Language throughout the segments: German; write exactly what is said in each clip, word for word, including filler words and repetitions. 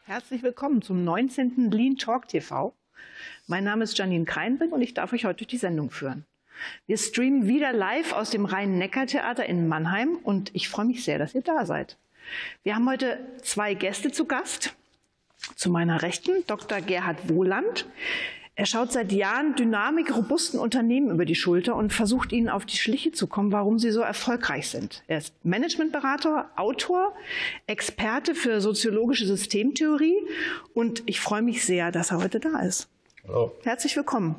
Herzlich willkommen zum neunzehnten Lean Talk T V. Mein Name ist Janine Kreinbrink und ich darf euch heute durch die Sendung führen. Wir streamen wieder live aus dem Rhein-Neckar-Theater in Mannheim und ich freue mich sehr, dass ihr da seid. Wir haben heute zwei Gäste zu Gast. Zu meiner Rechten Doktor Gerhard Wohland. Er schaut seit Jahren dynamikrobusten Unternehmen über die Schulter und versucht ihnen auf die Schliche zu kommen, warum sie so erfolgreich sind. Er ist Managementberater, Autor, Experte für soziologische Systemtheorie und ich freue mich sehr, dass er heute da ist. Hallo. Herzlich willkommen.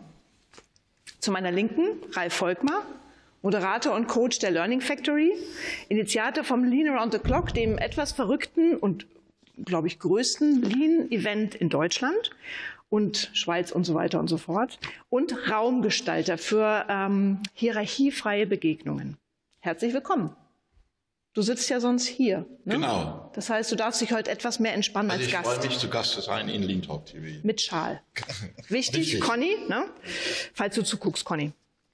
Zu meiner Linken Ralf Volkmar, Moderator und Coach der Learning Factory, Initiator vom Lean Around the Clock, dem etwas verrückten und, glaube ich, größten Lean-Event in Deutschland und Schweiz und so weiter und so fort. Und Raumgestalter für ähm, hierarchiefreie Begegnungen. Herzlich willkommen. Du sitzt ja sonst hier. Ne? Genau. Das heißt, du darfst dich heute etwas mehr entspannen also als Gast. Ich freue mich, zu Gast zu sein in Lean Talk T V. Mit Schal. Wichtig, Richtig. Conny, ne? Falls du zuguckst, Conny.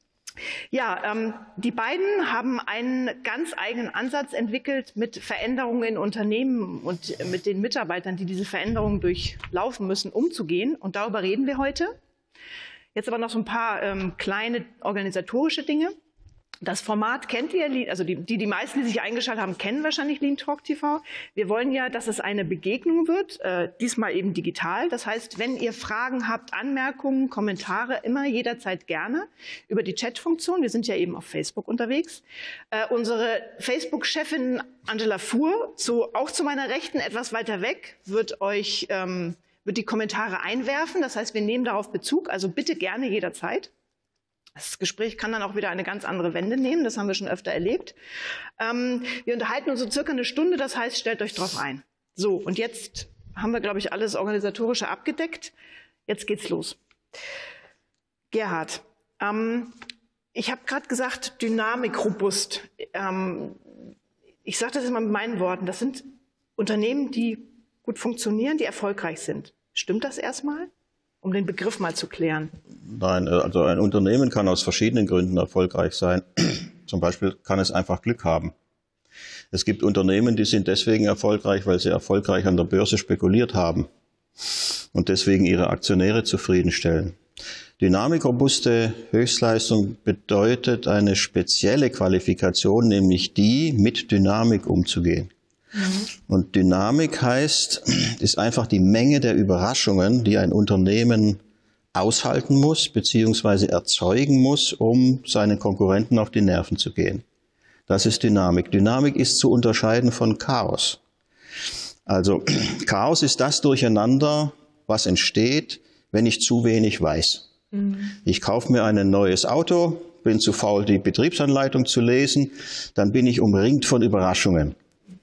Ja, ähm, die beiden haben einen ganz eigenen Ansatz entwickelt mit Veränderungen in Unternehmen und mit den Mitarbeitern, die diese Veränderungen durchlaufen müssen, umzugehen. Und darüber reden wir heute. Jetzt aber noch so ein paar ähm, kleine organisatorische Dinge. Das Format kennt ihr, also die, die, die meisten, die sich eingeschaltet haben, kennen wahrscheinlich Lean Talk T V. Wir wollen ja, dass es eine Begegnung wird, äh, diesmal eben digital. Das heißt, wenn ihr Fragen habt, Anmerkungen, Kommentare, immer jederzeit gerne über die Chatfunktion. Wir sind ja eben auf Facebook unterwegs. Äh, unsere Facebook-Chefin Angela Fuhr, so, auch zu meiner Rechten, etwas weiter weg, wird euch ähm, wird die Kommentare einwerfen. Das heißt, wir nehmen darauf Bezug, also bitte gerne jederzeit. Das Gespräch kann dann auch wieder eine ganz andere Wende nehmen, das haben wir schon öfter erlebt. Ähm, wir unterhalten uns so circa eine Stunde, das heißt, stellt euch drauf ein. So, und jetzt haben wir, glaube ich, alles Organisatorische abgedeckt. Jetzt geht's los. Gerhard, ähm, ich habe gerade gesagt, dynamikrobust. Ähm, ich sage das jetzt mal mit meinen Worten. Das sind Unternehmen, die gut funktionieren, die erfolgreich sind. Stimmt das erstmal? Um den Begriff mal zu klären. Nein, also ein Unternehmen kann aus verschiedenen Gründen erfolgreich sein. Zum Beispiel kann es einfach Glück haben. Es gibt Unternehmen, die sind deswegen erfolgreich, weil sie erfolgreich an der Börse spekuliert haben und deswegen ihre Aktionäre zufriedenstellen. Dynamikrobuste Höchstleistung bedeutet eine spezielle Qualifikation, nämlich die, mit Dynamik umzugehen. Und Dynamik heißt, ist einfach die Menge der Überraschungen, die ein Unternehmen aushalten muss, beziehungsweise erzeugen muss, um seinen Konkurrenten auf die Nerven zu gehen. Das ist Dynamik. Dynamik ist zu unterscheiden von Chaos. Also Chaos ist das Durcheinander, was entsteht, wenn ich zu wenig weiß. Mhm. Ich kaufe mir ein neues Auto, bin zu faul, die Betriebsanleitung zu lesen, dann bin ich umringt von Überraschungen.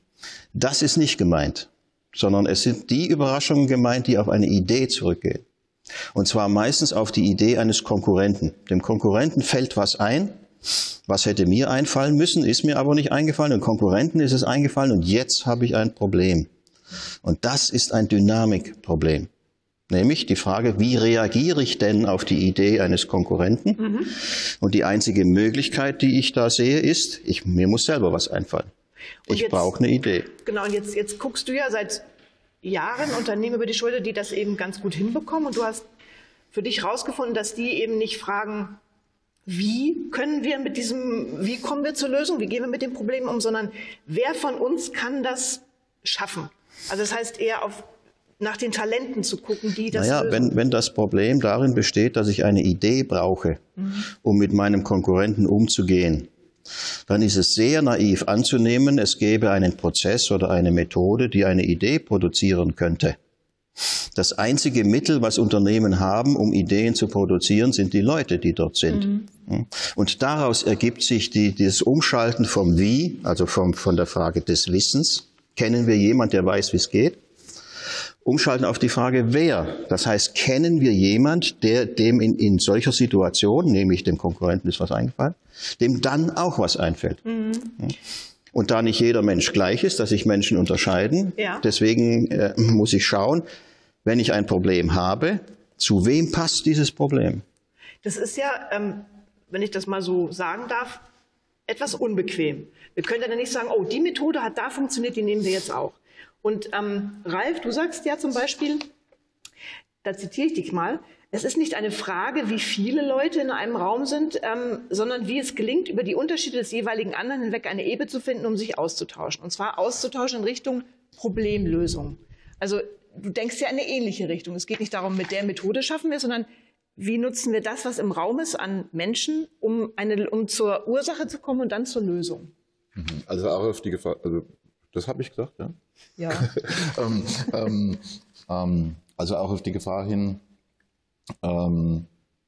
Das ist nicht gemeint, sondern es sind die Überraschungen gemeint, die auf eine Idee zurückgehen. Und zwar meistens auf die Idee eines Konkurrenten. Dem Konkurrenten fällt was ein, was hätte mir einfallen müssen, ist mir aber nicht eingefallen. Dem Konkurrenten ist es eingefallen und jetzt habe ich ein Problem. Und das ist ein Dynamikproblem. Nämlich die Frage, wie reagiere ich denn auf die Idee eines Konkurrenten? Mhm. Und die einzige Möglichkeit, die ich da sehe, ist, ich, mir muss selber was einfallen. Und ich brauche eine Idee. Genau, und jetzt, jetzt guckst du ja seit Jahren Unternehmen über die Schulter, die das eben ganz gut hinbekommen. Und du hast für dich herausgefunden, dass die eben nicht fragen, wie können wir mit diesem, wie kommen wir zur Lösung, wie gehen wir mit dem Problem um, sondern wer von uns kann das schaffen? Also das heißt eher auf, nach den Talenten zu gucken, die das naja, lösen. Wenn, wenn das Problem darin besteht, dass ich eine Idee brauche, mhm. um mit meinem Konkurrenten umzugehen, dann ist es sehr naiv anzunehmen, es gäbe einen Prozess oder eine Methode, die eine Idee produzieren könnte. Das einzige Mittel, was Unternehmen haben, um Ideen zu produzieren, sind die Leute, die dort sind. Mhm. Und daraus ergibt sich die, dieses Umschalten vom Wie, also vom, von der Frage des Wissens. Kennen wir jemanden, der weiß, wie es geht? Umschalten auf die Frage, wer. Das heißt, kennen wir jemanden, der dem in, in solcher Situation, nämlich dem Konkurrenten ist was eingefallen, dem dann auch was einfällt. Mhm. Und da nicht jeder Mensch gleich ist, dass sich Menschen unterscheiden, ja. deswegen äh, muss ich schauen, wenn ich ein Problem habe, zu wem passt dieses Problem? Das ist ja, ähm, wenn ich das mal so sagen darf, etwas unbequem. Wir können dann nicht sagen, oh, die Methode hat da funktioniert, die nehmen wir jetzt auch. Und ähm, Ralf, du sagst ja zum Beispiel, da zitiere ich dich mal, es ist nicht eine Frage, wie viele Leute in einem Raum sind, ähm, sondern wie es gelingt, über die Unterschiede des jeweiligen anderen hinweg eine Ebene zu finden, um sich auszutauschen. Und zwar auszutauschen in Richtung Problemlösung. Also du denkst ja in eine ähnliche Richtung. Es geht nicht darum, mit der Methode schaffen wir, sondern wie nutzen wir das, was im Raum ist, an Menschen, um, eine, um zur Ursache zu kommen und dann zur Lösung. Also auch auf die Gefahr, also das habe ich gesagt, ja? Ja. ähm, ähm, ähm, also auch auf die Gefahr hin, ähm,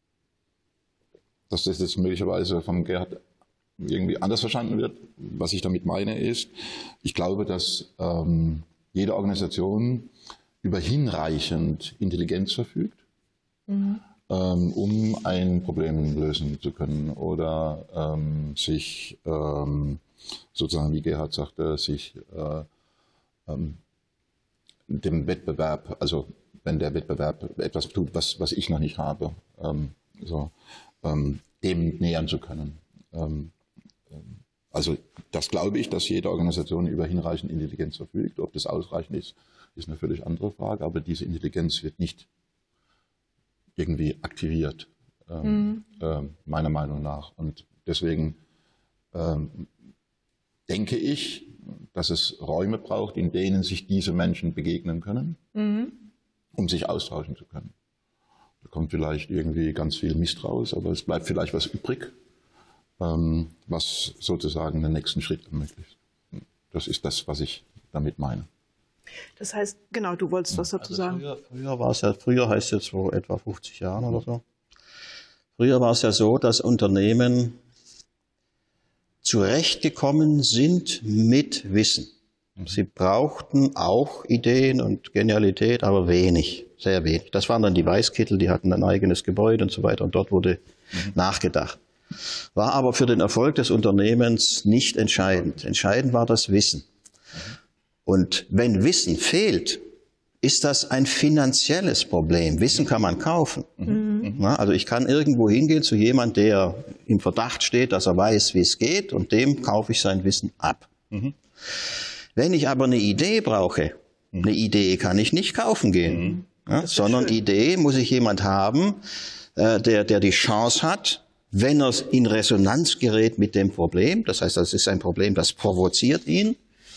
dass das jetzt möglicherweise vom Gerhard irgendwie anders verstanden wird. Was ich damit meine ist, ich glaube, dass ähm, jede Organisation über hinreichend Intelligenz verfügt, mhm. ähm, um ein Problem lösen zu können oder ähm, sich ähm, sozusagen, wie Gerhard sagte, sich äh, ähm, dem Wettbewerb, also wenn der Wettbewerb etwas tut, was, was ich noch nicht habe, ähm, so, ähm, dem nähern zu können. Ähm, also das glaube ich, dass jede Organisation über hinreichend Intelligenz verfügt. Ob das ausreichend ist, ist eine völlig andere Frage, aber diese Intelligenz wird nicht irgendwie aktiviert, ähm, mhm. äh, meiner Meinung nach. Und deswegen ähm, denke ich, dass es Räume braucht, in denen sich diese Menschen begegnen können, mhm. um sich austauschen zu können. Da kommt vielleicht irgendwie ganz viel Mist raus, aber es bleibt vielleicht was übrig, ähm, was sozusagen den nächsten Schritt ermöglicht. Das ist das, was ich damit meine. Das heißt, genau, du wolltest was dazu also sagen. Früher, früher war es ja, früher heißt jetzt vor etwa fünfzig Jahren oder so. Früher war es ja so, dass Unternehmen zurechtgekommen sind mit Wissen. Sie brauchten auch Ideen und Genialität, aber wenig, sehr wenig. Das waren dann die Weißkittel, die hatten ein eigenes Gebäude und so weiter und dort wurde mhm. nachgedacht. War aber für den Erfolg des Unternehmens nicht entscheidend. Entscheidend war das Wissen. Und wenn Wissen fehlt, ist das ein finanzielles Problem. Wissen kann man kaufen. Mhm. Na, also ich kann irgendwo hingehen zu jemandem, der im Verdacht steht, dass er weiß, wie es geht, und dem kaufe ich sein Wissen ab. Mhm. Wenn ich aber eine Idee brauche, eine Idee kann ich nicht kaufen gehen, mhm. ja, sondern schön. Idee muss ich jemand haben, äh, der, der die Chance hat, wenn er in Resonanz gerät mit dem Problem, das heißt, das ist ein Problem, das provoziert ihn,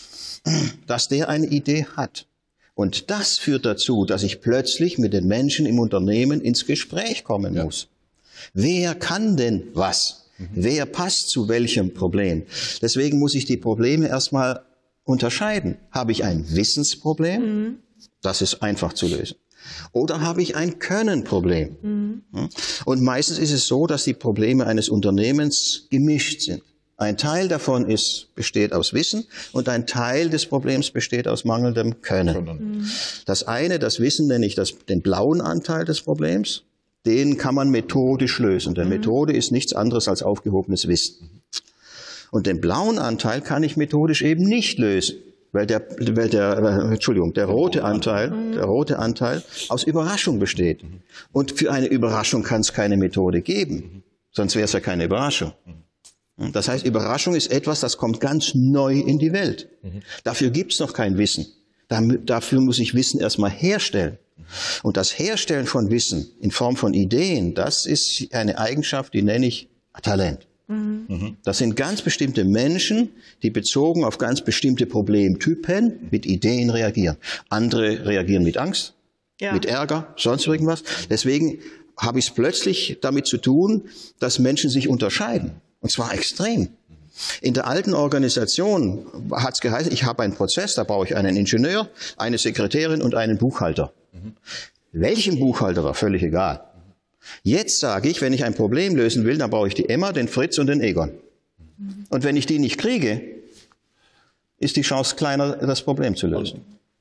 dass der eine Idee hat. Und das führt dazu, dass ich plötzlich mit den Menschen im Unternehmen ins Gespräch kommen ja. muss. Wer kann denn was? Mhm. Wer passt zu welchem Problem? Deswegen muss ich die Probleme erstmal unterscheiden. Habe ich ein Wissensproblem? Mhm. Das ist einfach zu lösen. Oder habe ich ein Können-Problem? Mhm. Und meistens ist es so, dass die Probleme eines Unternehmens gemischt sind. Ein Teil davon ist, besteht aus Wissen und ein Teil des Problems besteht aus mangelndem Können. Mhm. Das eine, das Wissen, nenne ich das, den blauen Anteil des Problems. Den kann man methodisch lösen. Denn mhm. Methode ist nichts anderes als aufgehobenes Wissen. Und den blauen Anteil kann ich methodisch eben nicht lösen. Weil der, weil der, Entschuldigung, der rote Anteil, der rote Anteil aus Überraschung besteht. Und für eine Überraschung kann es keine Methode geben. Sonst wäre es ja keine Überraschung. Das heißt, Überraschung ist etwas, das kommt ganz neu in die Welt. Dafür gibt es noch kein Wissen. Dafür muss ich Wissen erstmal herstellen. Und das Herstellen von Wissen in Form von Ideen, das ist eine Eigenschaft, die nenne ich Talent. Mhm. Das sind ganz bestimmte Menschen, die bezogen auf ganz bestimmte Problemtypen mit Ideen reagieren. Andere reagieren mit Angst, ja. mit Ärger, sonst irgendwas. Deswegen habe ich es plötzlich damit zu tun, dass Menschen sich unterscheiden. Und zwar extrem. In der alten Organisation hat es geheißen, ich habe einen Prozess, da brauche ich einen Ingenieur, eine Sekretärin und einen Buchhalter. Mhm. Welchen Buchhalter war völlig egal. Jetzt sage ich, wenn ich ein Problem lösen will, dann brauche ich die Emma, den Fritz und den Egon. Und wenn ich die nicht kriege, ist die Chance kleiner, das Problem zu lösen.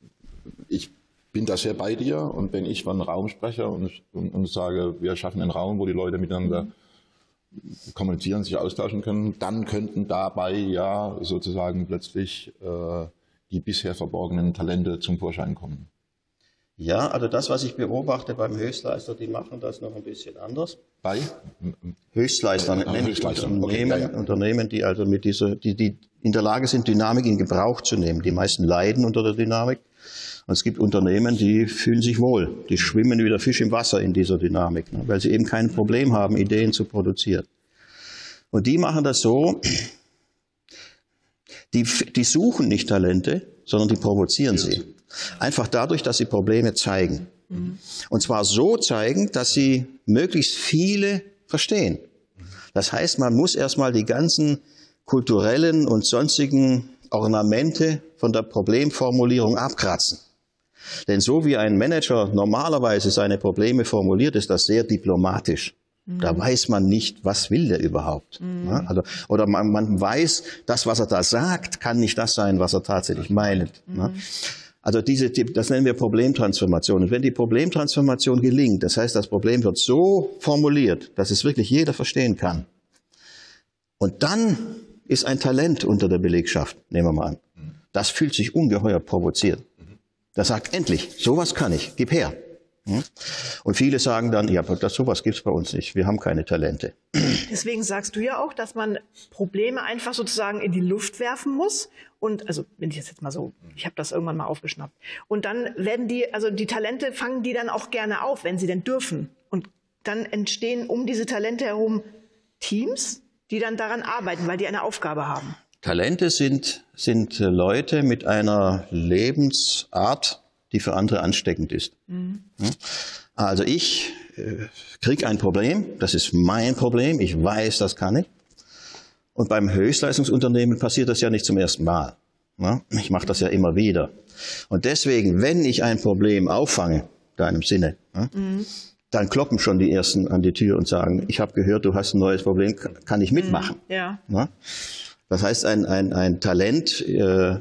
Ich bin da sehr bei dir, und wenn ich von Raum spreche und, und, und sage, wir schaffen einen Raum, wo die Leute miteinander kommunizieren, sich austauschen können, dann könnten dabei ja sozusagen plötzlich äh, die bisher verborgenen Talente zum Vorschein kommen. Ja, also das, was ich beobachte beim Höchstleister, die machen das noch ein bisschen anders. Bei? Höchstleister, Ah, nenne ich Höchstleister. Unternehmen, Okay, ja, ja. Unternehmen, die also mit dieser, die, die in der Lage sind, Dynamik in Gebrauch zu nehmen. Die meisten leiden unter der Dynamik. Und es gibt Unternehmen, die fühlen sich wohl. Die schwimmen wie der Fisch im Wasser in dieser Dynamik, ne, weil sie eben kein Problem haben, Ideen zu produzieren. Und die machen das so, die, die suchen nicht Talente, sondern die provozieren sie. Einfach dadurch, dass sie Probleme zeigen. Und zwar so zeigen, dass sie möglichst viele verstehen. Das heißt, man muss erstmal die ganzen kulturellen und sonstigen Ornamente von der Problemformulierung abkratzen. Denn so wie ein Manager normalerweise seine Probleme formuliert, ist das sehr diplomatisch. Mhm. Da weiß man nicht, was will der überhaupt. Mhm. Ja, also, oder man, man weiß, das, was er da sagt, kann nicht das sein, was er tatsächlich meint. Mhm. Ja. Also diese, das nennen wir Problemtransformation. Und wenn die Problemtransformation gelingt, das heißt, das Problem wird so formuliert, dass es wirklich jeder verstehen kann. Und dann ist ein Talent unter der Belegschaft, nehmen wir mal an. Das fühlt sich ungeheuer provoziert. Das sagt, endlich, sowas kann ich, gib her. Und viele sagen dann, ja, das, sowas gibt's bei uns nicht, wir haben keine Talente. Deswegen sagst du ja auch, dass man Probleme einfach sozusagen in die Luft werfen muss. Und, also, wenn ich das jetzt mal so, ich habe das irgendwann mal aufgeschnappt. Und dann werden die, also die Talente fangen die dann auch gerne auf, wenn sie denn dürfen. Und dann entstehen um diese Talente herum Teams, die dann daran arbeiten, weil die eine Aufgabe haben. Talente sind, sind Leute mit einer Lebensart, die für andere ansteckend ist. Mhm. Also ich äh, kriege ein Problem, das ist mein Problem, ich weiß, das kann ich. Und beim Höchstleistungsunternehmen passiert das ja nicht zum ersten Mal. Ja? Ich mache das ja immer wieder. Und deswegen, wenn ich ein Problem auffange, deinem Sinne, ja, mhm. dann kloppen schon die Ersten an die Tür und sagen, ich habe gehört, du hast ein neues Problem, kann ich mitmachen? Mhm. Ja. Ja? Das heißt, ein, ein, ein Talent äh,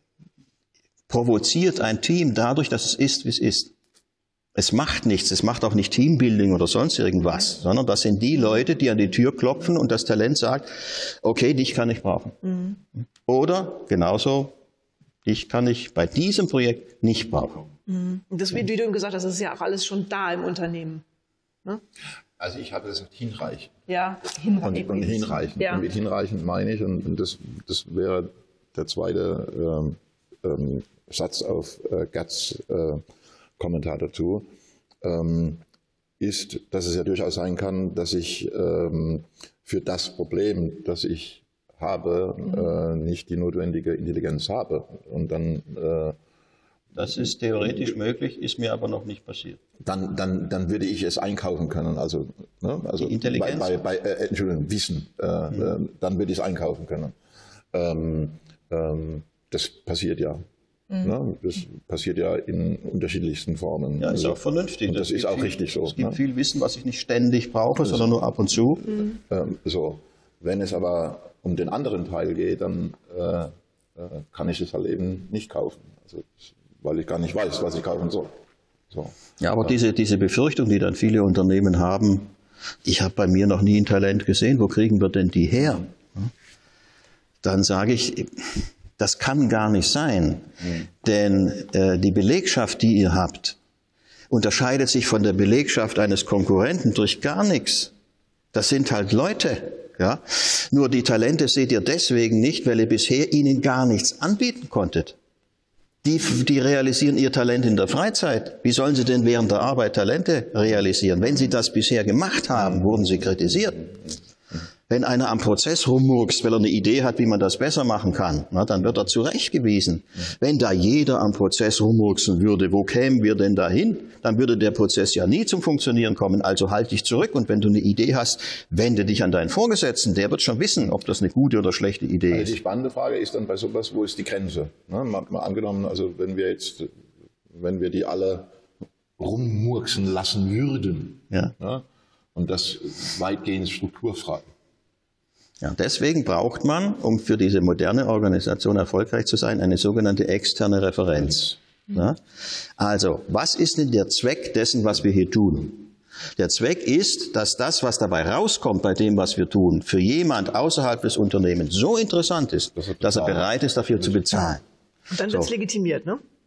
provoziert ein Team dadurch, dass es ist, wie es ist. Es macht nichts, es macht auch nicht Teambuilding oder sonst irgendwas, sondern das sind die Leute, die an die Tür klopfen und das Talent sagt, okay, dich kann ich brauchen. Mhm. Oder genauso, dich kann ich bei diesem Projekt nicht brauchen. Mhm. Und das, wie du eben gesagt hast, das ist ja auch alles schon da im Unternehmen. Ne? Also ich habe gesagt, hinreichend. Ja, hinreichend. Und, und hinreichend. Ja. Und mit hinreichend meine ich, und das, das wäre der zweite ähm, ähm, Satz auf äh, Gerts äh, Kommentar dazu, ähm, ist, dass es ja durchaus sein kann, dass ich ähm, für das Problem, das ich habe, mhm. äh, nicht die notwendige Intelligenz habe. Und dann äh, das ist theoretisch möglich, ist mir aber noch nicht passiert. Dann, dann, dann würde ich es einkaufen können. Also, ne, also die Intelligenz? Bei, bei, bei, äh, Entschuldigung, Wissen. Äh, mhm. äh, dann würde ich es einkaufen können. Ähm, ähm, das passiert ja. Mhm. Ne? Das passiert ja in unterschiedlichsten Formen. Ja, ist also, auch vernünftig. Und das, das ist auch viel, richtig so. Es gibt ne? viel Wissen, was ich nicht ständig brauche, das sondern nur ab und zu. Mhm. Ähm, so. Wenn es aber um den anderen Teil geht, dann äh, äh, kann ich es halt eben nicht kaufen. Also, weil ich gar nicht weiß, was ich kaufen soll. So. Ja, aber ja. Diese, diese Befürchtung, die dann viele Unternehmen haben, ich habe bei mir noch nie ein Talent gesehen, wo kriegen wir denn die her? Dann sage ich, das kann gar nicht sein, mhm. denn äh, die Belegschaft, die ihr habt, unterscheidet sich von der Belegschaft eines Konkurrenten durch gar nichts. Das sind halt Leute. Ja? Nur die Talente seht ihr deswegen nicht, weil ihr bisher ihnen gar nichts anbieten konntet. Die, die realisieren ihr Talent in der Freizeit. Wie sollen sie denn während der Arbeit Talente realisieren? Wenn sie das bisher gemacht haben, wurden sie kritisiert. Wenn einer am Prozess rummurkst, weil er eine Idee hat, wie man das besser machen kann, na, dann wird er zurechtgewiesen. Wenn da jeder am Prozess rummurksen würde, wo kämen wir denn dahin? Dann würde der Prozess ja nie zum Funktionieren kommen. Also halt dich zurück und wenn du eine Idee hast, wende dich an deinen Vorgesetzten. Der wird schon wissen, ob das eine gute oder schlechte Idee also ist. Die spannende Frage ist dann bei sowas, wo ist die Grenze? Ne? Mal, mal angenommen, also wenn wir jetzt, wenn wir die alle rummurksen lassen würden, ja. Ne? Und das weitgehend strukturfrei. Ja, deswegen braucht man, um für diese moderne Organisation erfolgreich zu sein, eine sogenannte externe Referenz. Ja? Also, was ist denn der Zweck dessen, was wir hier tun? Der Zweck ist, dass das, was dabei rauskommt bei dem, was wir tun, für jemand außerhalb des Unternehmens so interessant ist, dass er bereit ist, dafür zu bezahlen. Und dann wird es so legitimiert, ne?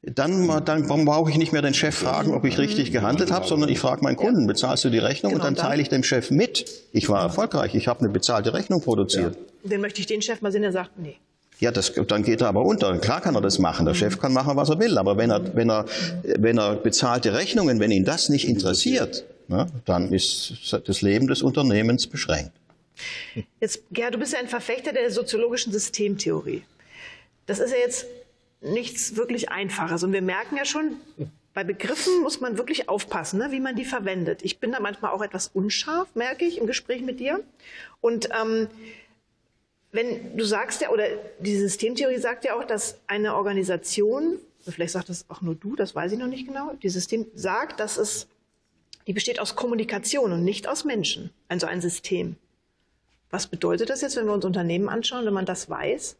Dann, dann brauche ich nicht mehr den Chef fragen, ob ich richtig gehandelt habe, sondern ich frage meinen Kunden, bezahlst du die Rechnung? Genau, und dann teile ich dem Chef mit. Ich war erfolgreich, ich habe eine bezahlte Rechnung produziert. Ja. Den möchte ich den Chef mal sehen, der sagt, nee. Ja, das, dann geht er aber unter. Klar kann er das machen. Der mhm. Chef kann machen, was er will. Aber wenn er, wenn er, wenn er bezahlte Rechnungen, wenn ihn das nicht interessiert, ne, dann ist das Leben des Unternehmens beschränkt. Jetzt, Gerhard, du bist ja ein Verfechter der soziologischen Systemtheorie. Das ist ja jetzt nichts wirklich Einfaches. Und wir merken ja schon, bei Begriffen muss man wirklich aufpassen, ne, wie man die verwendet. Ich bin da manchmal auch etwas unscharf, merke ich, im Gespräch mit dir. Und ähm, wenn du sagst ja, oder die Systemtheorie sagt ja auch, dass eine Organisation, vielleicht sagt das auch nur du, das weiß ich noch nicht genau, die System sagt, dass es, die besteht aus Kommunikation und nicht aus Menschen, also ein System. Was bedeutet das jetzt, wenn wir uns Unternehmen anschauen, wenn man das weiß?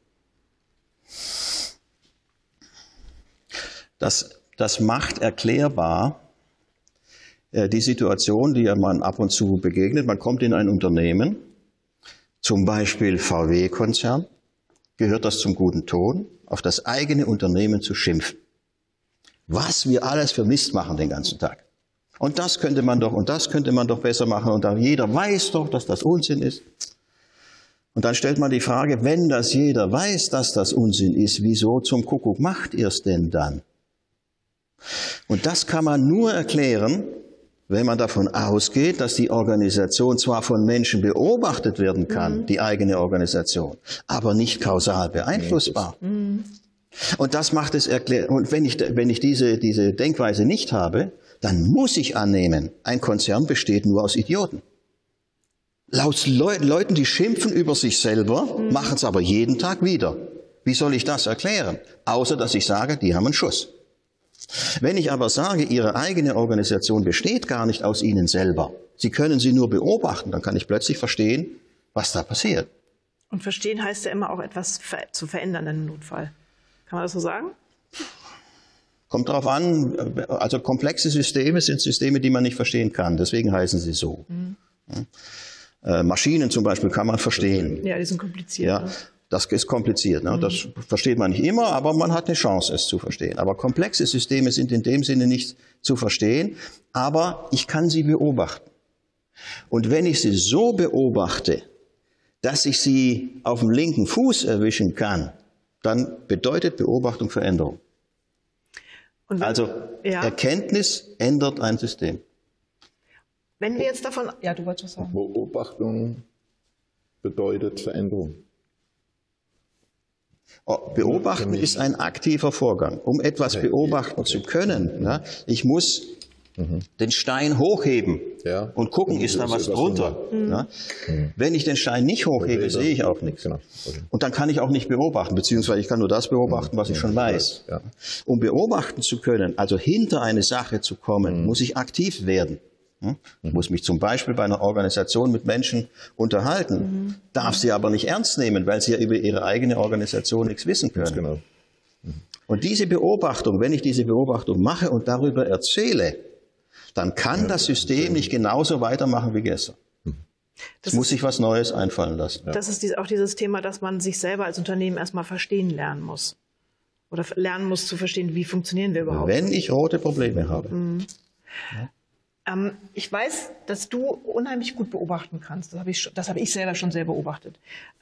Das, das macht erklärbar äh, die Situation, die man ab und zu begegnet. Man kommt in ein Unternehmen, zum Beispiel V W-Konzern, gehört das zum guten Ton, auf das eigene Unternehmen zu schimpfen. Was wir alles für Mist machen den ganzen Tag. Und das könnte man doch, und das könnte man doch besser machen. Und dann jeder weiß doch, dass das Unsinn ist. Und dann stellt man die Frage, wenn das jeder weiß, dass das Unsinn ist, wieso zum Kuckuck macht ihr es denn dann? Und das kann man nur erklären, wenn man davon ausgeht, dass die Organisation zwar von Menschen beobachtet werden kann, mhm. die eigene Organisation, aber nicht kausal beeinflussbar. Mhm. Und das macht es erklär. Und wenn ich, wenn ich diese, diese Denkweise nicht habe, dann muss ich annehmen, ein Konzern besteht nur aus Idioten. Laut Leu- Leuten, die schimpfen über sich selber, mhm. machen es aber jeden Tag wieder. Wie soll ich das erklären? Außer, dass ich sage, die haben einen Schuss. Wenn ich aber sage, Ihre eigene Organisation besteht gar nicht aus Ihnen selber, Sie können sie nur beobachten, dann kann ich plötzlich verstehen, was da passiert. Und verstehen heißt ja immer auch etwas ver- zu verändern im Notfall. Kann man das so sagen? Kommt darauf an, also komplexe Systeme sind Systeme, die man nicht verstehen kann, deswegen heißen sie so. Mhm. Ja. Äh, Maschinen zum Beispiel kann man verstehen. Ja, die sind kompliziert. Ja. Ne? Das ist kompliziert. Ne? Mhm. Das versteht man nicht immer, aber man hat eine Chance, es zu verstehen. Aber komplexe Systeme sind in dem Sinne nicht zu verstehen, aber ich kann sie beobachten. Und wenn ich sie so beobachte, dass ich sie auf dem linken Fuß erwischen kann, dann bedeutet Beobachtung Veränderung. Und wenn, also ja. Erkenntnis ändert ein System. Wenn wir jetzt davon... Ja, du wolltest was sagen. Beobachtung bedeutet Veränderung. Beobachten ist ein aktiver Vorgang. Um etwas beobachten zu können, ja, ich muss mhm. den Stein hochheben ja. und gucken, ist da was drunter. Mhm. Ja. Mhm. Wenn ich den Stein nicht hochhebe, sehe ich auch nichts. Genau. Okay. Und dann kann ich auch nicht beobachten, beziehungsweise ich kann nur das beobachten, was ich schon weiß. Ja. Um beobachten zu können, also hinter eine Sache zu kommen, mhm. muss ich aktiv werden. Ich muss mich zum Beispiel bei einer Organisation mit Menschen unterhalten, mhm. darf sie aber nicht ernst nehmen, weil sie ja über ihre eigene Organisation nichts wissen können. Genau. Mhm. Und diese Beobachtung, wenn ich diese Beobachtung mache und darüber erzähle, dann kann ja, das System nicht genauso weitermachen wie gestern. Mhm. Es muss sich was Neues einfallen lassen. Das ist auch dieses Thema, dass man sich selber als Unternehmen erstmal verstehen lernen muss. Oder lernen muss zu verstehen, wie funktionieren wir überhaupt. Wenn ich rote Probleme habe. Mhm. Ja. Ich weiß, dass du unheimlich gut beobachten kannst. Das habe ich, das habe ich selber schon sehr beobachtet.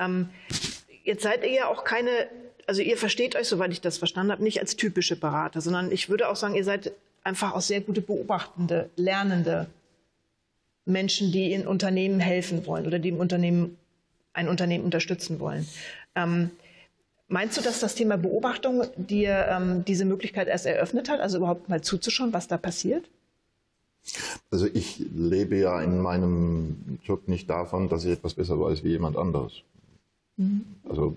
Jetzt seid ihr ja auch keine, also ihr versteht euch, soweit ich das verstanden habe, nicht als typische Berater, sondern ich würde auch sagen, ihr seid einfach auch sehr gute beobachtende, lernende Menschen, die in Unternehmen helfen wollen oder die im Unternehmen ein Unternehmen unterstützen wollen. Meinst du, dass das Thema Beobachtung dir diese Möglichkeit erst eröffnet hat, also überhaupt mal zuzuschauen, was da passiert? Also ich lebe ja in meinem Job nicht davon, dass ich etwas besser weiß wie jemand anderes. Mhm. Also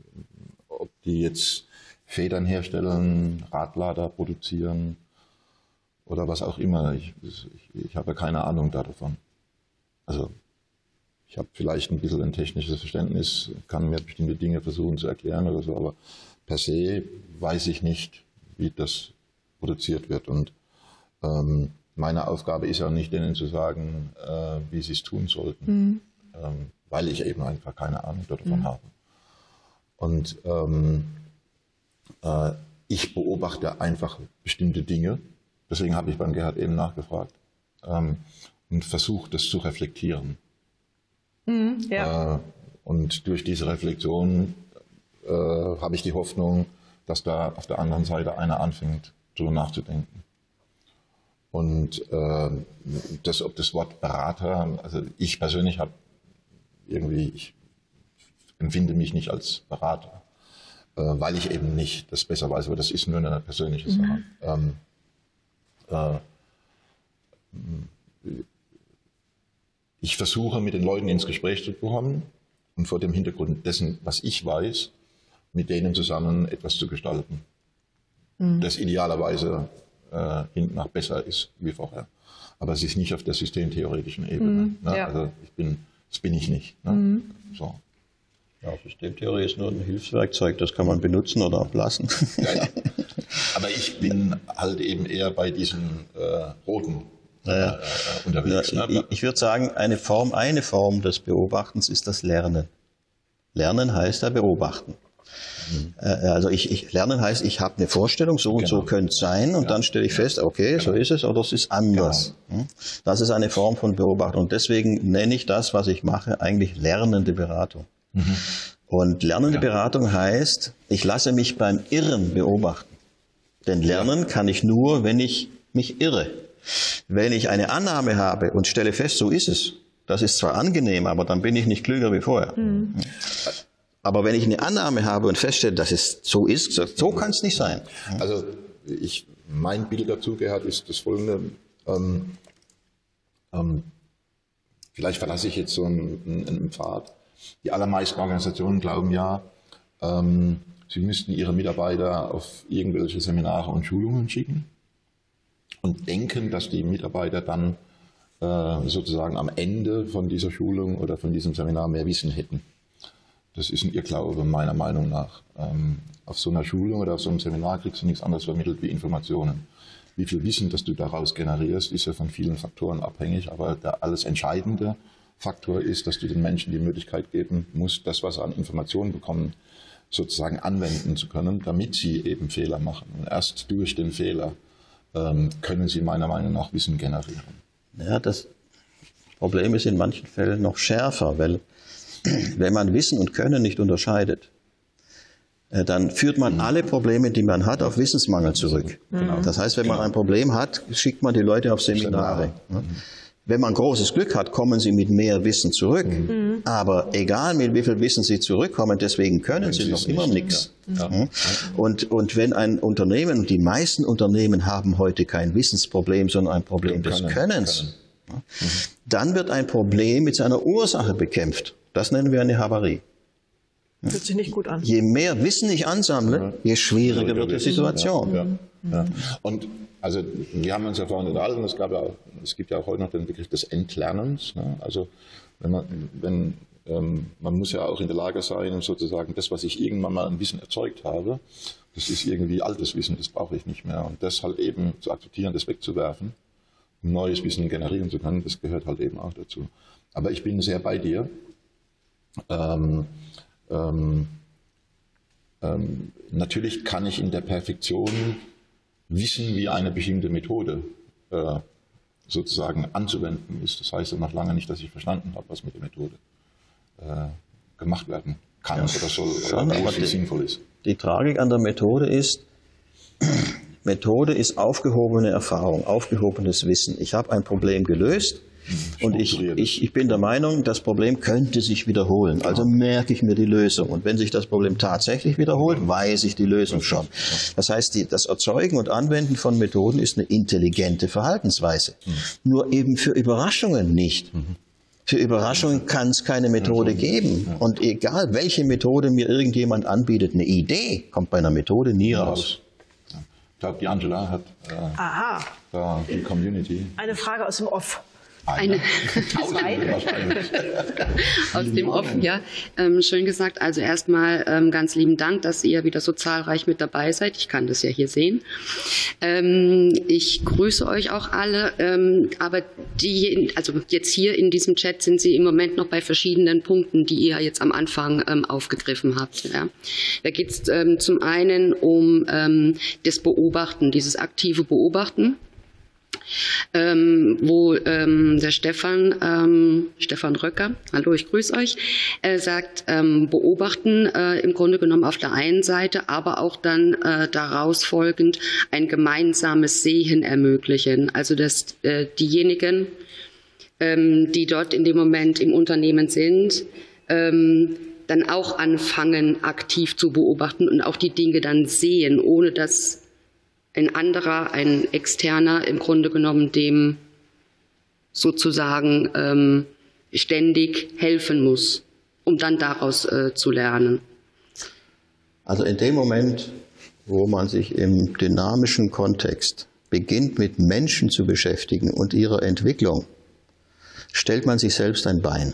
ob die jetzt Federn herstellen, Radlader produzieren oder was auch immer, ich, ich, ich habe keine Ahnung davon. Also ich habe vielleicht ein bisschen ein technisches Verständnis, kann mir bestimmte Dinge versuchen zu erklären oder so, aber per se weiß ich nicht, wie das produziert wird. Und ähm, meine Aufgabe ist ja nicht, denen zu sagen, äh, wie sie es tun sollten, mhm. ähm, weil ich eben einfach keine Ahnung davon mhm. habe. Und ähm, äh, ich beobachte einfach bestimmte Dinge. Deswegen habe ich beim Gerhard eben nachgefragt. Ähm, und versuche, das zu reflektieren. Mhm, ja. äh, und durch diese Reflexion äh, habe ich die Hoffnung, dass da auf der anderen Seite einer anfängt, darüber nachzudenken. Und äh, das, ob das Wort Berater, also ich persönlich habe irgendwie, ich empfinde mich nicht als Berater, äh, weil ich eben nicht das besser weiß, aber das ist nur eine persönliche Sache. Mhm. Ähm, äh, ich versuche, mit den Leuten ins Gespräch zu kommen und vor dem Hintergrund dessen, was ich weiß, mit denen zusammen etwas zu gestalten, mhm. das idealerweise äh, hinten nach besser ist wie vorher. Aber es ist nicht auf der systemtheoretischen Ebene. Mhm, ne? ja. Also ich bin, das bin ich nicht. Ne? Mhm. So. Ja, Systemtheorie ist nur ein Hilfswerkzeug, das kann man benutzen oder auch lassen. Ja, ja. Aber ich bin halt eben eher bei diesen äh, roten Ja, äh, unterwegs. ja, ne? ich, ich würde sagen, eine Form, eine Form des Beobachtens ist das Lernen. Lernen heißt ja beobachten. Mhm. Äh, also ich, ich, Lernen heißt, ich habe eine Vorstellung, so und Genau. so könnte es sein, und ja. dann stelle ich fest, okay, genau. so ist es oder es ist anders. Genau. Das ist eine Form von Beobachtung. Und deswegen nenne ich das, was ich mache, eigentlich lernende Beratung. Mhm. Und lernende ja. Beratung heißt, ich lasse mich beim Irren beobachten. Denn lernen ja. kann ich nur, wenn ich mich irre. Wenn ich eine Annahme habe und stelle fest, so ist es, das ist zwar angenehm, aber dann bin ich nicht klüger wie vorher. Mhm. Aber wenn ich eine Annahme habe und feststelle, dass es so ist, so, so kann es nicht sein. Also ich, mein Bild dazu, Gerhard, ist das folgende. Ähm, ähm, vielleicht verlasse ich jetzt so einen, einen, einen Pfad. Die allermeisten Organisationen glauben ja, ähm, sie müssten ihre Mitarbeiter auf irgendwelche Seminare und Schulungen schicken und denken, dass die Mitarbeiter dann äh, sozusagen am Ende von dieser Schulung oder von diesem Seminar mehr Wissen hätten. Das ist ein Irrglaube, meiner Meinung nach. Ähm, auf so einer Schulung oder auf so einem Seminar kriegst du nichts anderes vermittelt wie Informationen. Wie viel Wissen, das du daraus generierst, ist ja von vielen Faktoren abhängig, aber der alles entscheidende Faktor ist, dass du den Menschen die Möglichkeit geben musst, das, was sie an Informationen bekommen, sozusagen anwenden zu können, damit sie eben Fehler machen. Und erst durch den Fehler ähm, können sie meiner Meinung nach Wissen generieren. Ja, das Problem ist in manchen Fällen noch schärfer, weil wenn man Wissen und Können nicht unterscheidet, dann führt man alle Probleme, die man hat, auf Wissensmangel zurück. Genau. Das heißt, wenn man ein Problem hat, schickt man die Leute auf Seminare. Mhm. Wenn man großes Glück hat, kommen sie mit mehr Wissen zurück. Mhm. Aber egal, mit wie viel Wissen sie zurückkommen, deswegen können sie noch immer nichts. Ja. Ja. Und, und wenn ein Unternehmen, und die meisten Unternehmen haben heute kein Wissensproblem, sondern ein Problem des Könnens, können. Mhm. dann wird ein Problem mit seiner Ursache bekämpft. Das nennen wir eine Havarie. Fühlt sich nicht gut an. Je mehr Wissen ich ansammle, je schwieriger wird die Situation. Ja, ja, ja. Und also wir haben uns ja vorhin unterhalten, es, gab ja auch, es gibt ja auch heute noch den Begriff des Entlernens. Ne? Also wenn man, wenn, ähm, man muss ja auch in der Lage sein, um sozusagen das, was ich irgendwann mal an Wissen erzeugt habe, das ist irgendwie altes Wissen, das brauche ich nicht mehr. Und das halt eben zu akzeptieren, das wegzuwerfen, um neues Wissen generieren zu können, das gehört halt eben auch dazu. Aber ich bin sehr bei dir. Ähm, ähm, ähm, natürlich kann ich in der Perfektion wissen, wie eine bestimmte Methode äh, sozusagen anzuwenden ist. Das heißt ja noch lange nicht, dass ich verstanden habe, was mit der Methode äh, gemacht werden kann ja, oder soll oder wo es sinnvoll ist. Die Tragik an der Methode ist, Methode ist aufgehobene Erfahrung, aufgehobenes Wissen. Ich habe ein Problem gelöst. Und ich, ich, ich bin der Meinung, das Problem könnte sich wiederholen. Also merke ich mir die Lösung. Und wenn sich das Problem tatsächlich wiederholt, weiß ich die Lösung schon. Das heißt, die, das Erzeugen und Anwenden von Methoden ist eine intelligente Verhaltensweise. Mhm. Nur eben für Überraschungen nicht. Mhm. Für Überraschungen kann es keine Methode geben. Und egal, welche Methode mir irgendjemand anbietet, eine Idee kommt bei einer Methode nie raus. Ich glaube, die Angela hat äh, Aha. da die Community. Eine Frage aus dem Off. Eine. Aus dem Offen, ja. Ähm, schön gesagt. Also erstmal ähm, ganz lieben Dank, dass ihr wieder so zahlreich mit dabei seid. Ich kann das ja hier sehen. Ähm, ich grüße euch auch alle. Ähm, aber die, also jetzt hier in diesem Chat sind Sie im Moment noch bei verschiedenen Punkten, die ihr jetzt am Anfang ähm, aufgegriffen habt. Ja. Da geht es ähm, zum einen um ähm, das Beobachten, dieses aktive Beobachten. Ähm, wo ähm, der Stefan, ähm, Stefan Röcker, hallo, ich grüße euch, äh, sagt, ähm, beobachten äh, im Grunde genommen auf der einen Seite, aber auch dann äh, daraus folgend ein gemeinsames Sehen ermöglichen. Also dass äh, diejenigen, ähm, die dort in dem Moment im Unternehmen sind, ähm, dann auch anfangen, aktiv zu beobachten und auch die Dinge dann sehen, ohne dass ein anderer, ein Externer im Grunde genommen dem sozusagen ähm, ständig helfen muss, um dann daraus äh, zu lernen. Also in dem Moment, wo man sich im dynamischen Kontext beginnt, mit Menschen zu beschäftigen und ihrer Entwicklung, stellt man sich selbst ein Bein.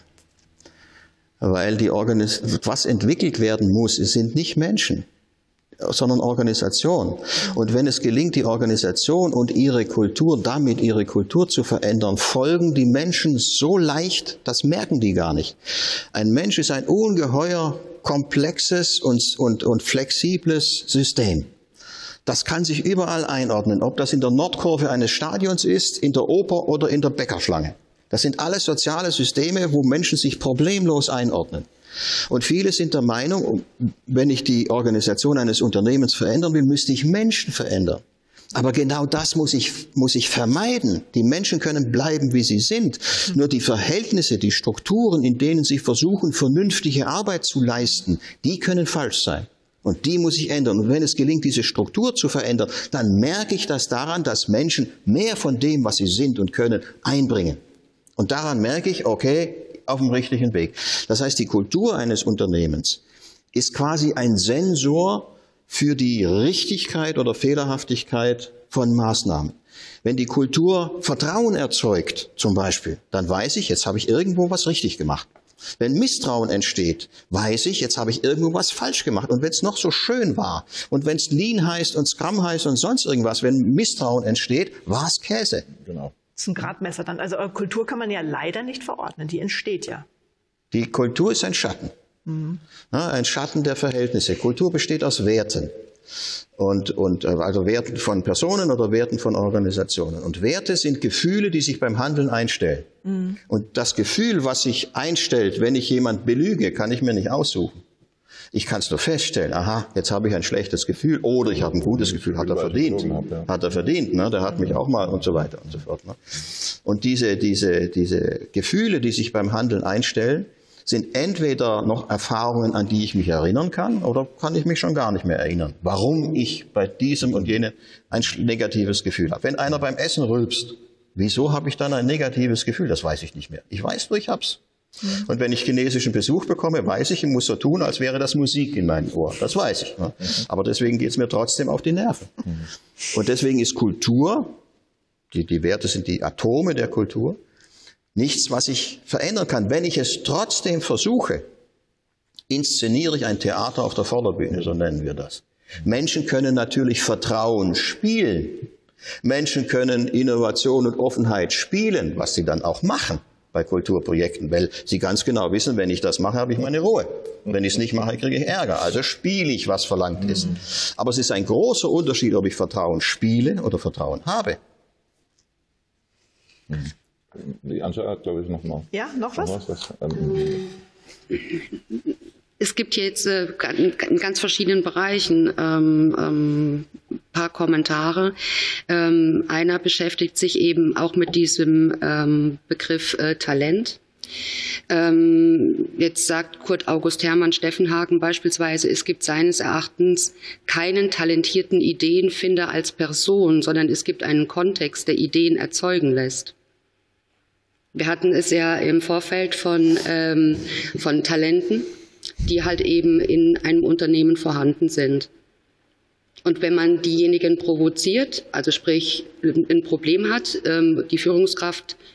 Weil die Organis- was entwickelt werden muss, es sind nicht Menschen, sondern Organisation. Und wenn es gelingt, die Organisation und ihre Kultur, damit ihre Kultur zu verändern, folgen die Menschen so leicht, das merken die gar nicht. Ein Mensch ist ein ungeheuer komplexes und, und, und flexibles System. Das kann sich überall einordnen, ob das in der Nordkurve eines Stadions ist, in der Oper oder in der Bäckerschlange. Das sind alles soziale Systeme, wo Menschen sich problemlos einordnen. Und viele sind der Meinung, wenn ich die Organisation eines Unternehmens verändern will, müsste ich Menschen verändern. Aber genau das muss ich, muss ich vermeiden. Die Menschen können bleiben, wie sie sind. Nur die Verhältnisse, die Strukturen, in denen sie versuchen, vernünftige Arbeit zu leisten, die können falsch sein. Und die muss ich ändern. Und wenn es gelingt, diese Struktur zu verändern, dann merke ich das daran, dass Menschen mehr von dem, was sie sind und können, einbringen. Und daran merke ich, okay, auf dem richtigen Weg. Das heißt, die Kultur eines Unternehmens ist quasi ein Sensor für die Richtigkeit oder Fehlerhaftigkeit von Maßnahmen. Wenn die Kultur Vertrauen erzeugt, zum Beispiel, dann weiß ich, jetzt habe ich irgendwo was richtig gemacht. Wenn Misstrauen entsteht, weiß ich, jetzt habe ich irgendwo was falsch gemacht. Und wenn es noch so schön war und wenn es Lean heißt und Scrum heißt und sonst irgendwas, wenn Misstrauen entsteht, war es Käse. Genau. Das ist ein Gradmesser dann. Also Kultur kann man ja leider nicht verordnen, die entsteht ja. Die Kultur ist ein Schatten. Mhm. Ja, ein Schatten der Verhältnisse. Kultur besteht aus Werten. Und, und, also Werten von Personen oder Werten von Organisationen. Und Werte sind Gefühle, die sich beim Handeln einstellen. Mhm. Und das Gefühl, was sich einstellt, wenn ich jemand belüge, kann ich mir nicht aussuchen. Ich kann es nur feststellen, aha, jetzt habe ich ein schlechtes Gefühl oder ich habe ein gutes Gefühl, hat er verdient, hat er verdient, ne? Der hat mich auch mal und so weiter und so fort. Ne? Und diese, diese, diese Gefühle, die sich beim Handeln einstellen, sind entweder noch Erfahrungen, an die ich mich erinnern kann, oder kann ich mich schon gar nicht mehr erinnern, warum ich bei diesem und jenem ein negatives Gefühl habe. Wenn einer beim Essen rülpst, wieso habe ich dann ein negatives Gefühl? Das weiß ich nicht mehr. Ich weiß nur, ich hab's. Mhm. Und wenn ich chinesischen Besuch bekomme, weiß ich, ich muss so tun, als wäre das Musik in meinen Ohren. Das weiß ich. Ne? Mhm. Aber deswegen geht es mir trotzdem auf die Nerven. Mhm. Und deswegen ist Kultur, die, die Werte sind die Atome der Kultur, nichts, was ich verändern kann. Wenn ich es trotzdem versuche, inszeniere ich ein Theater auf der Vorderbühne, so nennen wir das. Menschen können natürlich Vertrauen spielen. Menschen können Innovation und Offenheit spielen, was sie dann auch machen bei Kulturprojekten, weil sie ganz genau wissen, wenn ich das mache, habe ich meine Ruhe. Wenn ich es nicht mache, kriege ich Ärger. Also spiele ich, was verlangt ist. Mhm. Aber es ist ein großer Unterschied, ob ich Vertrauen spiele oder Vertrauen habe. Die Anja hat, glaube ich, noch mal. Ja, noch was? Noch was das, ähm, Es gibt jetzt äh, in ganz verschiedenen Bereichen ähm, ähm, ein paar Kommentare. Ähm, einer beschäftigt sich eben auch mit diesem ähm, Begriff äh, Talent. Ähm, jetzt sagt Kurt August Hermann Steffenhagen beispielsweise, es gibt seines Erachtens keinen talentierten Ideenfinder als Person, sondern es gibt einen Kontext, der Ideen erzeugen lässt. Wir hatten es ja im Vorfeld von, ähm, von Talenten, die halt eben in einem Unternehmen vorhanden sind. Und wenn man diejenigen provoziert, also sprich ein Problem hat, ähm, die Führungskraft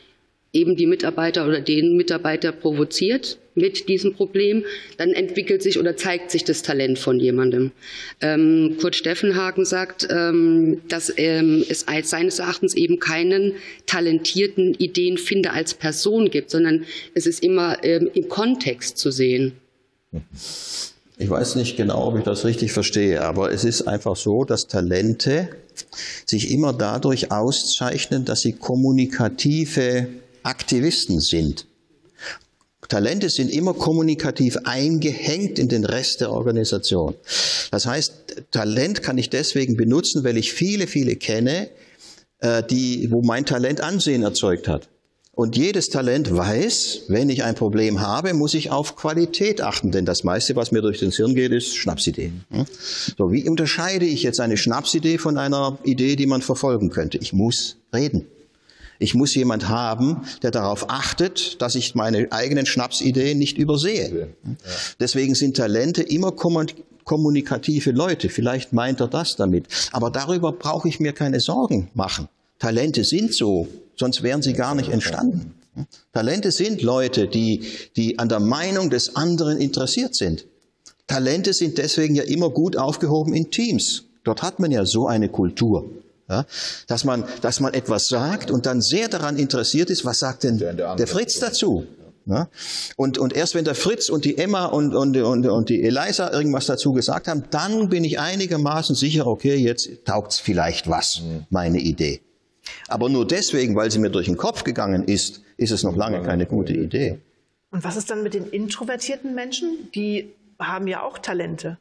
eben die Mitarbeiter oder den Mitarbeiter provoziert mit diesem Problem, dann entwickelt sich oder zeigt sich das Talent von jemandem. Ähm, Kurt Steffenhagen sagt, ähm, dass ähm, es seines Erachtens eben keinen talentierten Ideenfinder als Person gibt, sondern es ist immer ähm, im Kontext zu sehen. Ich weiß nicht genau, ob ich das richtig verstehe, aber es ist einfach so, dass Talente sich immer dadurch auszeichnen, dass sie kommunikative Aktivisten sind. Talente sind immer kommunikativ eingehängt in den Rest der Organisation. Das heißt, Talent kann ich deswegen benutzen, weil ich viele, viele kenne, die, wo mein Talent Ansehen erzeugt hat. Und jedes Talent weiß, wenn ich ein Problem habe, muss ich auf Qualität achten. Denn das meiste, was mir durch den Hirn geht, ist Schnapsideen. So, wie unterscheide ich jetzt eine Schnapsidee von einer Idee, die man verfolgen könnte? Ich muss reden. Ich muss jemand haben, der darauf achtet, dass ich meine eigenen Schnapsideen nicht übersehe. Ja. Deswegen sind Talente immer kommunikative Leute. Vielleicht meint er das damit. Aber darüber brauche ich mir keine Sorgen machen. Talente sind so, sonst wären sie gar nicht entstanden. Talente sind Leute, die, die an der Meinung des anderen interessiert sind. Talente sind deswegen ja immer gut aufgehoben in Teams. Dort hat man ja so eine Kultur. Ja, dass man, dass man etwas sagt und dann sehr daran interessiert ist, was sagt denn der Fritz dazu? Ja, und, und erst wenn der Fritz und die Emma und, und, und, und die Eliza irgendwas dazu gesagt haben, dann bin ich einigermaßen sicher, okay, jetzt taugt's vielleicht was, meine Idee. Aber nur deswegen, weil sie mir durch den Kopf gegangen ist, ist es noch lange keine gute Idee. Und was ist dann mit den introvertierten Menschen? Die haben ja auch Talente.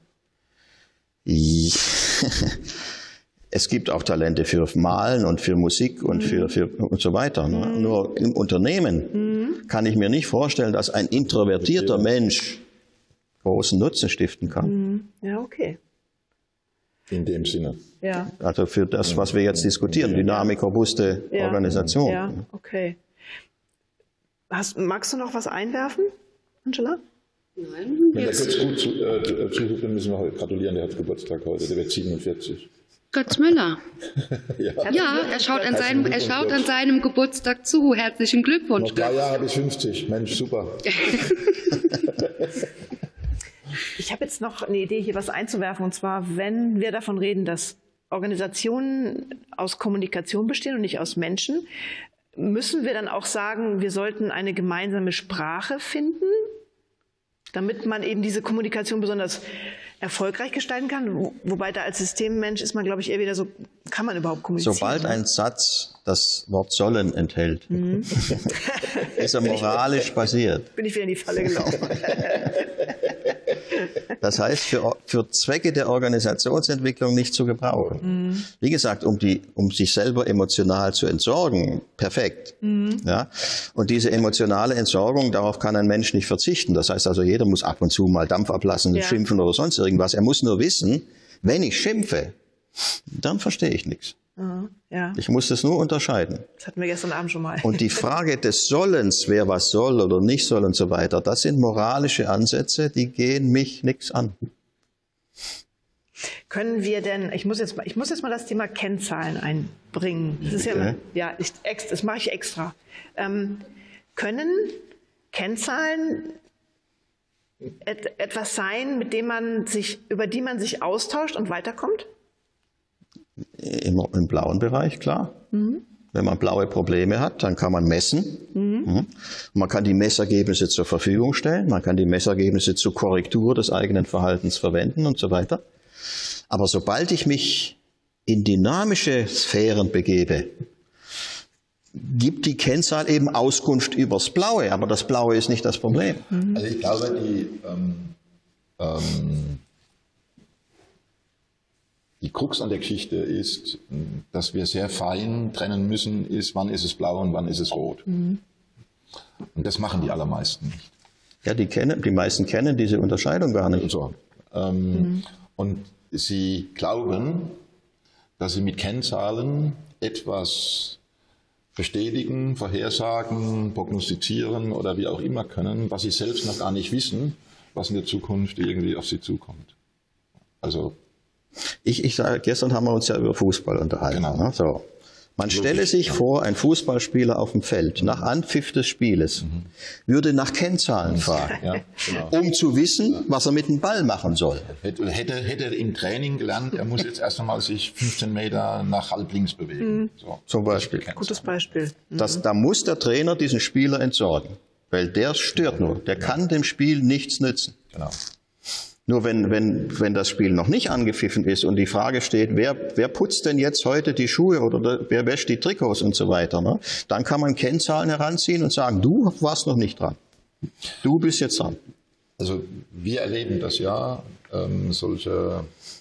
Es gibt auch Talente für Malen und für Musik und, mhm. für, für und so weiter. Ne? Mhm. Nur im Unternehmen mhm. kann ich mir nicht vorstellen, dass ein introvertierter Mensch großen Nutzen stiften kann. Mhm. Ja, okay. In dem Sinne. Ja. Also für das, was wir jetzt diskutieren, Dynamik, robuste ja. Organisation. Ja, okay. Hast, magst du noch was einwerfen, Angela? Nein. Wenn der kurz gut zu, äh, zuhört, dann müssen wir heute gratulieren. Der hat Geburtstag heute, der wird siebenundvierzig. Götz Müller. ja. ja, er schaut, an seinem, er schaut an seinem Geburtstag zu. Herzlichen Glückwunsch. Noch drei Jahre bis fünfzig. Mensch, super. Ich habe jetzt noch eine Idee, hier was einzuwerfen. Und zwar, wenn wir davon reden, dass Organisationen aus Kommunikation bestehen und nicht aus Menschen, müssen wir dann auch sagen, wir sollten eine gemeinsame Sprache finden, damit man eben diese Kommunikation besonders erfolgreich gestalten kann. Wobei da als Systemmensch ist man, glaube ich, eher wieder so, kann man überhaupt kommunizieren? Sobald ein Satz das Wort sollen enthält, mhm. ist er moralisch basiert. Bin ich wieder in die Falle gelaufen. Das heißt, für, für Zwecke der Organisationsentwicklung nicht zu gebrauchen. Mhm. Wie gesagt, um, die, um sich selber emotional zu entsorgen, perfekt. Mhm. Ja? Und diese emotionale Entsorgung, darauf kann ein Mensch nicht verzichten. Das heißt also, jeder muss ab und zu mal Dampf ablassen, ja. schimpfen oder sonst irgendwas. Er muss nur wissen, wenn ich schimpfe, dann verstehe ich nichts. Mhm. Ja. Ich muss das nur unterscheiden. Das hatten wir gestern Abend schon mal. Und die Frage des Sollens, wer was soll oder nicht soll und so weiter, das sind moralische Ansätze, die gehen mich nichts an. Können wir denn, ich muss jetzt mal, ich muss jetzt mal das Thema Kennzahlen einbringen. Das ist ja, immer, ja ich, das mache ich extra. Ähm, können Kennzahlen et, etwas sein, mit dem man sich, über die man sich austauscht und weiterkommt? Im, im blauen Bereich, klar. Mhm. Wenn man blaue Probleme hat, dann kann man messen. Mhm. Mhm. Man kann die Messergebnisse zur Verfügung stellen, man kann die Messergebnisse zur Korrektur des eigenen Verhaltens verwenden und so weiter. Aber sobald ich mich in dynamische Sphären begebe, gibt die Kennzahl eben Auskunft übers Blaue, aber das Blaue ist nicht das Problem. Mhm. Also ich glaube, die, ähm, ähm, die Krux an der Geschichte ist, dass wir sehr fein trennen müssen, ist, wann ist es blau und wann ist es rot. Mhm. Und das machen die allermeisten nicht. Ja, die, kennen, die meisten kennen diese Unterscheidung gar nicht. Und, so. ähm, mhm. und sie glauben, dass sie mit Kennzahlen etwas bestätigen, vorhersagen, prognostizieren oder wie auch immer können, was sie selbst noch gar nicht wissen, was in der Zukunft irgendwie auf sie zukommt. Also Ich, ich sage, gestern haben wir uns ja über Fußball unterhalten. Genau. Ne? So. Man stelle sich vor, ein Fußballspieler auf dem Feld, nach Anpfiff des Spieles, mhm. würde nach Kennzahlen fragen, ja, genau. um zu wissen, was er mit dem Ball machen soll. Hätte, hätte, hätte er im Training gelernt, er muss jetzt erst einmal sich fünfzehn Meter nach halblinks bewegen. Mhm. So, zum Beispiel. Gutes Beispiel. Mhm. Das, da muss der Trainer diesen Spieler entsorgen, weil der stört nur. Der kann dem Spiel nichts nützen. Genau. Nur wenn, wenn, wenn das Spiel noch nicht angepfiffen ist und die Frage steht, wer, wer putzt denn jetzt heute die Schuhe oder wer wäscht die Trikots und so weiter, ne? Dann kann man Kennzahlen heranziehen und sagen, du warst noch nicht dran. Du bist jetzt dran. Also wir erleben das ja, ähm, solche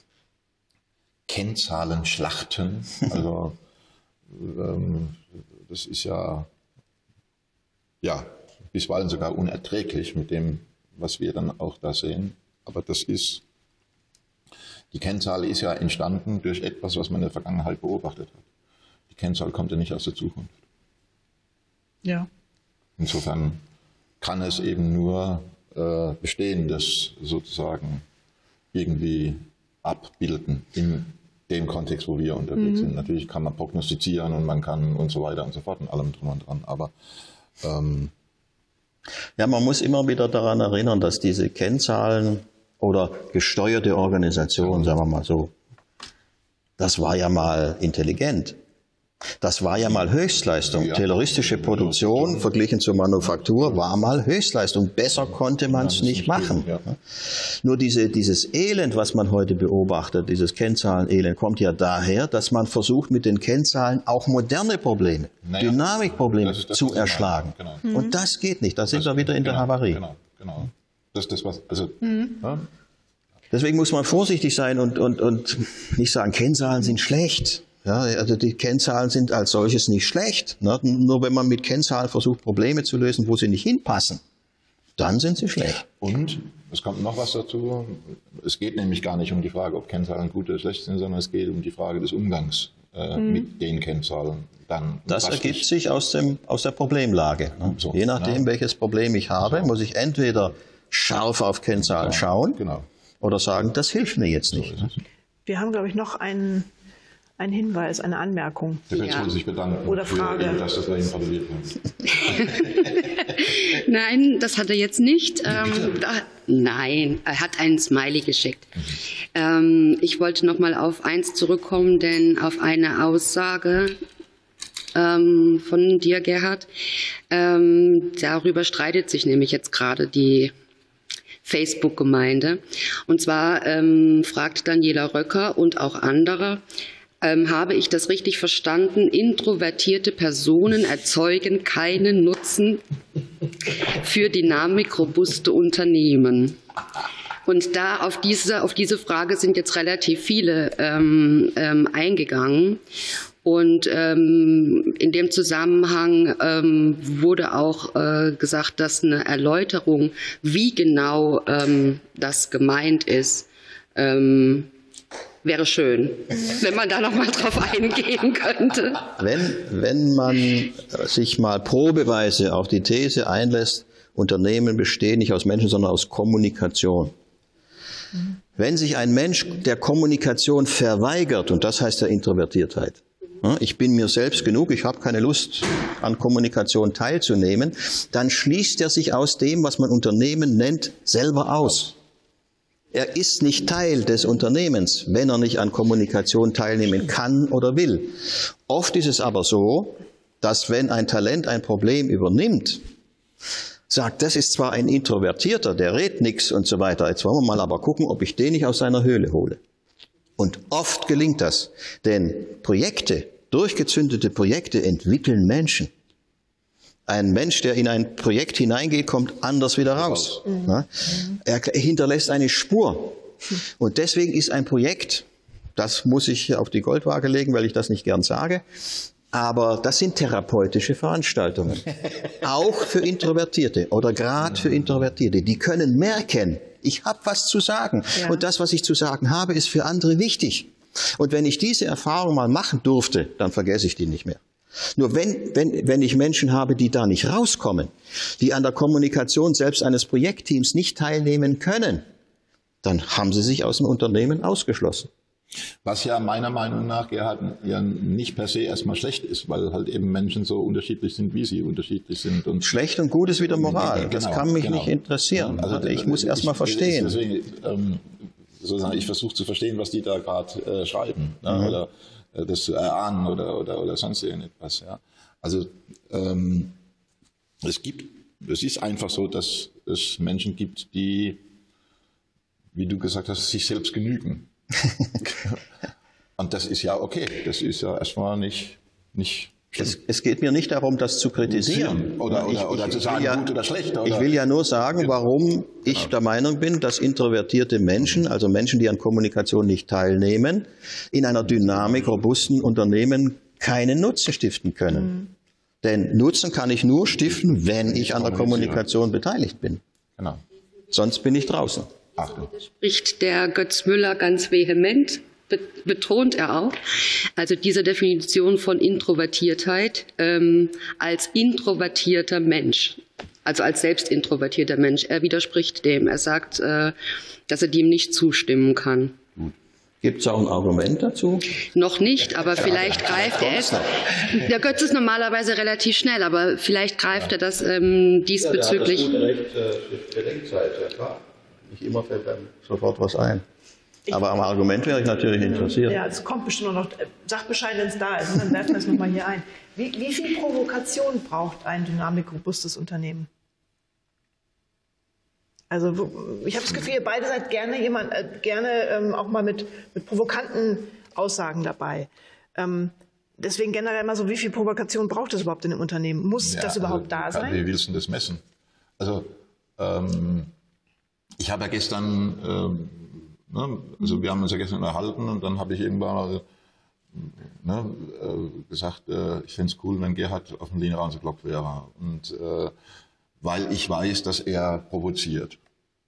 Kennzahlenschlachten. Also ähm, das ist ja, ja bisweilen sogar unerträglich mit dem, was wir dann auch da sehen. Aber das ist, die Kennzahl ist ja entstanden durch etwas, was man in der Vergangenheit beobachtet hat. Die Kennzahl kommt ja nicht aus der Zukunft. Ja. Insofern kann es eben nur äh, Bestehendes sozusagen irgendwie abbilden in dem Kontext, wo wir unterwegs mhm. sind. Natürlich kann man prognostizieren und man kann und so weiter und so fort und allem drum und dran, aber ähm, ja, man muss immer wieder daran erinnern, dass diese Kennzahlen oder gesteuerte Organisation, sagen wir mal so, das war ja mal intelligent. Das war ja mal Höchstleistung. Ja. Tayloristische Produktion verglichen zur Manufaktur war mal Höchstleistung. Besser konnte man es nicht machen. Ja. Nur diese, dieses Elend, was man heute beobachtet, dieses Kennzahlen-Elend, kommt ja daher, dass man versucht, mit den Kennzahlen auch moderne Probleme, naja, Dynamikprobleme das das, zu erschlagen. Genau. Mhm. Und das geht nicht. Da sind wir wieder in genau, der Havarie. Genau, genau. Das ist das, was, also, mhm. ja. Deswegen muss man vorsichtig sein und, und, und nicht sagen, Kennzahlen sind schlecht. Ja, also die Kennzahlen sind als solches nicht schlecht. Ne? Nur wenn man mit Kennzahlen versucht, Probleme zu lösen, wo sie nicht hinpassen, dann sind sie schlecht. Und es kommt noch was dazu. Es geht nämlich gar nicht um die Frage, ob Kennzahlen gut oder schlecht sind, sondern es geht um die Frage des Umgangs äh, mhm. mit den Kennzahlen. Dann das ergibt sich aus, dem, aus der Problemlage. Ne? So, Je nachdem, ja. welches Problem ich habe, so. muss ich entweder scharf auf Kennzahlen genau. schauen genau. oder sagen, das hilft mir jetzt nicht. So Wir haben, glaube ich, noch einen Ein Hinweis, eine Anmerkung. Der Fritz wollte sich bedanken, Oder Frage. Für, dass das bei ihm gratuliert wird. Nein, das hat er jetzt nicht. Ähm, da, nein, er hat einen Smiley geschickt. Mhm. Ähm, ich wollte noch mal auf eins zurückkommen, denn auf eine Aussage ähm, von dir, Gerhard, ähm, darüber streitet sich nämlich jetzt gerade die Facebook-Gemeinde. Und zwar ähm, fragt Daniela Röcker und auch andere, Ähm, habe ich das richtig verstanden? Introvertierte Personen erzeugen keinen Nutzen für dynamikrobuste Unternehmen. Und da auf diese, auf diese Frage sind jetzt relativ viele ähm, ähm, eingegangen. Und ähm, in dem Zusammenhang ähm, wurde auch äh, gesagt, dass eine Erläuterung, wie genau ähm, das gemeint ist, ähm, wäre schön, wenn man da noch mal drauf eingehen könnte. Wenn, wenn man sich mal probeweise auf die These einlässt, Unternehmen bestehen nicht aus Menschen, sondern aus Kommunikation. Mhm. Wenn sich ein Mensch der Kommunikation verweigert, und das heißt ja Introvertiertheit, ich bin mir selbst genug, ich habe keine Lust, an Kommunikation teilzunehmen, dann schließt er sich aus dem, was man Unternehmen nennt, selber aus. Er ist nicht Teil des Unternehmens, wenn er nicht an Kommunikation teilnehmen kann oder will. Oft ist es aber so, dass wenn ein Talent ein Problem übernimmt, sagt, das ist zwar ein Introvertierter, der redet nichts und so weiter, jetzt wollen wir mal aber gucken, ob ich den nicht aus seiner Höhle hole. Und oft gelingt das, denn Projekte, durchgezündete Projekte entwickeln Menschen. Ein Mensch, der in ein Projekt hineingeht, kommt anders wieder raus. Mhm. Er hinterlässt eine Spur. Und deswegen ist ein Projekt, das muss ich auf die Goldwaage legen, weil ich das nicht gern sage, aber das sind therapeutische Veranstaltungen. Auch für Introvertierte oder gerade für Introvertierte. Die können merken, ich habe was zu sagen. Ja. Und das, was ich zu sagen habe, ist für andere wichtig. Und wenn ich diese Erfahrung mal machen durfte, dann vergesse ich die nicht mehr. Nur wenn, wenn, wenn ich Menschen habe, die da nicht rauskommen, die an der Kommunikation selbst eines Projektteams nicht teilnehmen können, dann haben sie sich aus dem Unternehmen ausgeschlossen. Was ja meiner Meinung nach, Gerhard, ja nicht per se erstmal schlecht ist, weil halt eben Menschen so unterschiedlich sind, wie sie unterschiedlich sind. Und schlecht und gut ist wieder Moral. Genau, das kann mich genau. nicht interessieren. Also ich muss erstmal verstehen. Deswegen, ähm, sozusagen, ich versuche zu verstehen, was die da gerade äh, schreiben, ne? mhm. oder äh, das zu erahnen oder, oder, oder sonst irgendetwas. Ja? Also ähm, es gibt, es ist einfach so, dass es Menschen gibt, die, wie du gesagt hast, sich selbst genügen. Und das ist ja okay, das ist ja erstmal nicht, nicht es, es geht mir nicht darum, das zu kritisieren. Oder, oder, ich, oder ich, zu sagen, ja, gut oder schlecht. Oder? Ich will ja nur sagen, warum ich genau. der Meinung bin, dass introvertierte Menschen, also Menschen, die an Kommunikation nicht teilnehmen, in einer dynamik robusten Unternehmen keinen Nutzen stiften können. Mhm. Denn Nutzen kann ich nur stiften, wenn ich an der Kommunikation beteiligt bin. Genau. Sonst bin ich draußen. Achtung. Spricht der Götz Müller ganz vehement, betont er auch. Also diese Definition von Introvertiertheit ähm, als introvertierter Mensch, also als selbst introvertierter Mensch, er widerspricht dem. Er sagt, äh, dass er dem nicht zustimmen kann. Gibt es auch ein Argument dazu? Noch nicht, aber vielleicht greift er es. Der Götz ist normalerweise relativ schnell, aber vielleicht greift er das ähm, diesbezüglich. Ja, der hat das gute Recht für Bedenkzeit, ja klar. Nicht immer fällt einem sofort was ein. Aber am Argument wäre ich natürlich interessiert. Ja, es kommt bestimmt noch Sachbescheid, wenn es da ist. Und dann werfen wir es nochmal hier ein. Wie, wie viel Provokation braucht ein dynamikrobustes Unternehmen? Also ich habe das Gefühl, ihr beide seid gerne jemand, äh, gerne ähm, auch mal mit, mit provokanten Aussagen dabei. Ähm, deswegen generell mal so, wie viel Provokation braucht es überhaupt in einem Unternehmen? Muss ja, das überhaupt also, da sein? Wie willst du das messen? Also ähm, ich habe ja gestern, ähm, ne, also wir haben uns ja gestern unterhalten und dann habe ich irgendwann mal ne, äh, gesagt, äh, ich fände es cool, wenn Gerhard auf dem Linienrasenblock wäre. Und äh, weil ich weiß, dass er provoziert.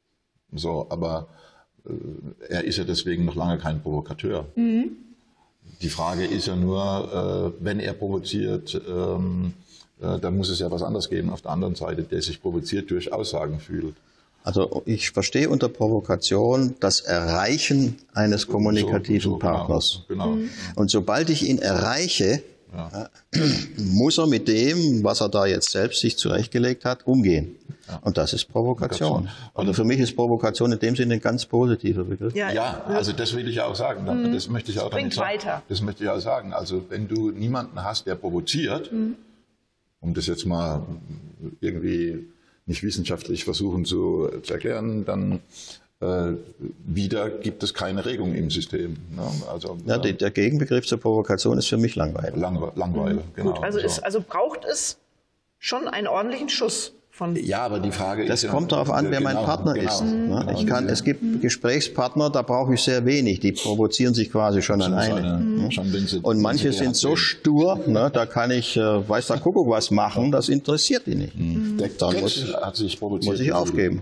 So, aber äh, er ist ja deswegen noch lange kein Provokateur. Mhm. Die Frage ist ja nur, äh, wenn er provoziert, ähm, äh, dann muss es ja was anderes geben auf der anderen Seite, der sich provoziert durch Aussagen fühlt. Also ich verstehe unter Provokation das Erreichen eines kommunikativen so, so, Partners. Genau, genau. Mhm. Und sobald ich ihn erreiche, ja. muss er mit dem, was er da jetzt selbst sich zurechtgelegt hat, umgehen. Ja. Und das ist Provokation. Also für mich ist Provokation in dem Sinne ein ganz positiver Begriff. Ja, ja, also das will ich auch sagen. Mhm. Das möchte ich auch damit sagen. Weiter. Das möchte ich auch sagen. Also wenn du niemanden hast, der provoziert, mhm. um das jetzt mal irgendwie nicht wissenschaftlich versuchen zu, zu erklären, dann äh, wieder gibt es keine Regung im System. Ne? Also, ja, ja. Der Gegenbegriff zur Provokation ist für mich Langweile. Langwe Langweile, mhm. genau. Gut, also, so. ist, also braucht es schon einen ordentlichen Schuss. Von ja, aber die Frage das ist... Das kommt darauf an, wer genau, mein Partner genau, ist. Genau, ich kann, genau. Es gibt Gesprächspartner, da brauche ich sehr wenig. Die provozieren sich quasi schon an eine. Mhm. Schon, sie, und manche sind so stur, ne, da kann ich, äh, weiß der Kuckuck was machen, das interessiert die nicht. Mhm. Der Dann muss, hat sich provoziert. Muss ich aufgeben.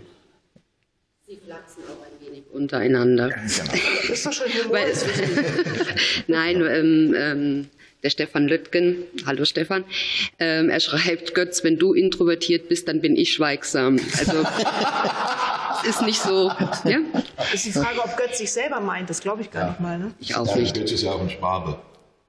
Sie flachsen auch ein wenig untereinander. Genau. Das ist doch schon Weil, Nein, ähm, ähm, der Stefan Löttgen, hallo Stefan, ähm, er schreibt, Götz, wenn du introvertiert bist, dann bin ich schweigsam. Also es ist nicht so. Ja? Das ist die Frage, ob Götz sich selber meint, das glaube ich gar ja. nicht mal. Ne? Ich auch ja, nicht. Götz ist ja auch ein Schwabe.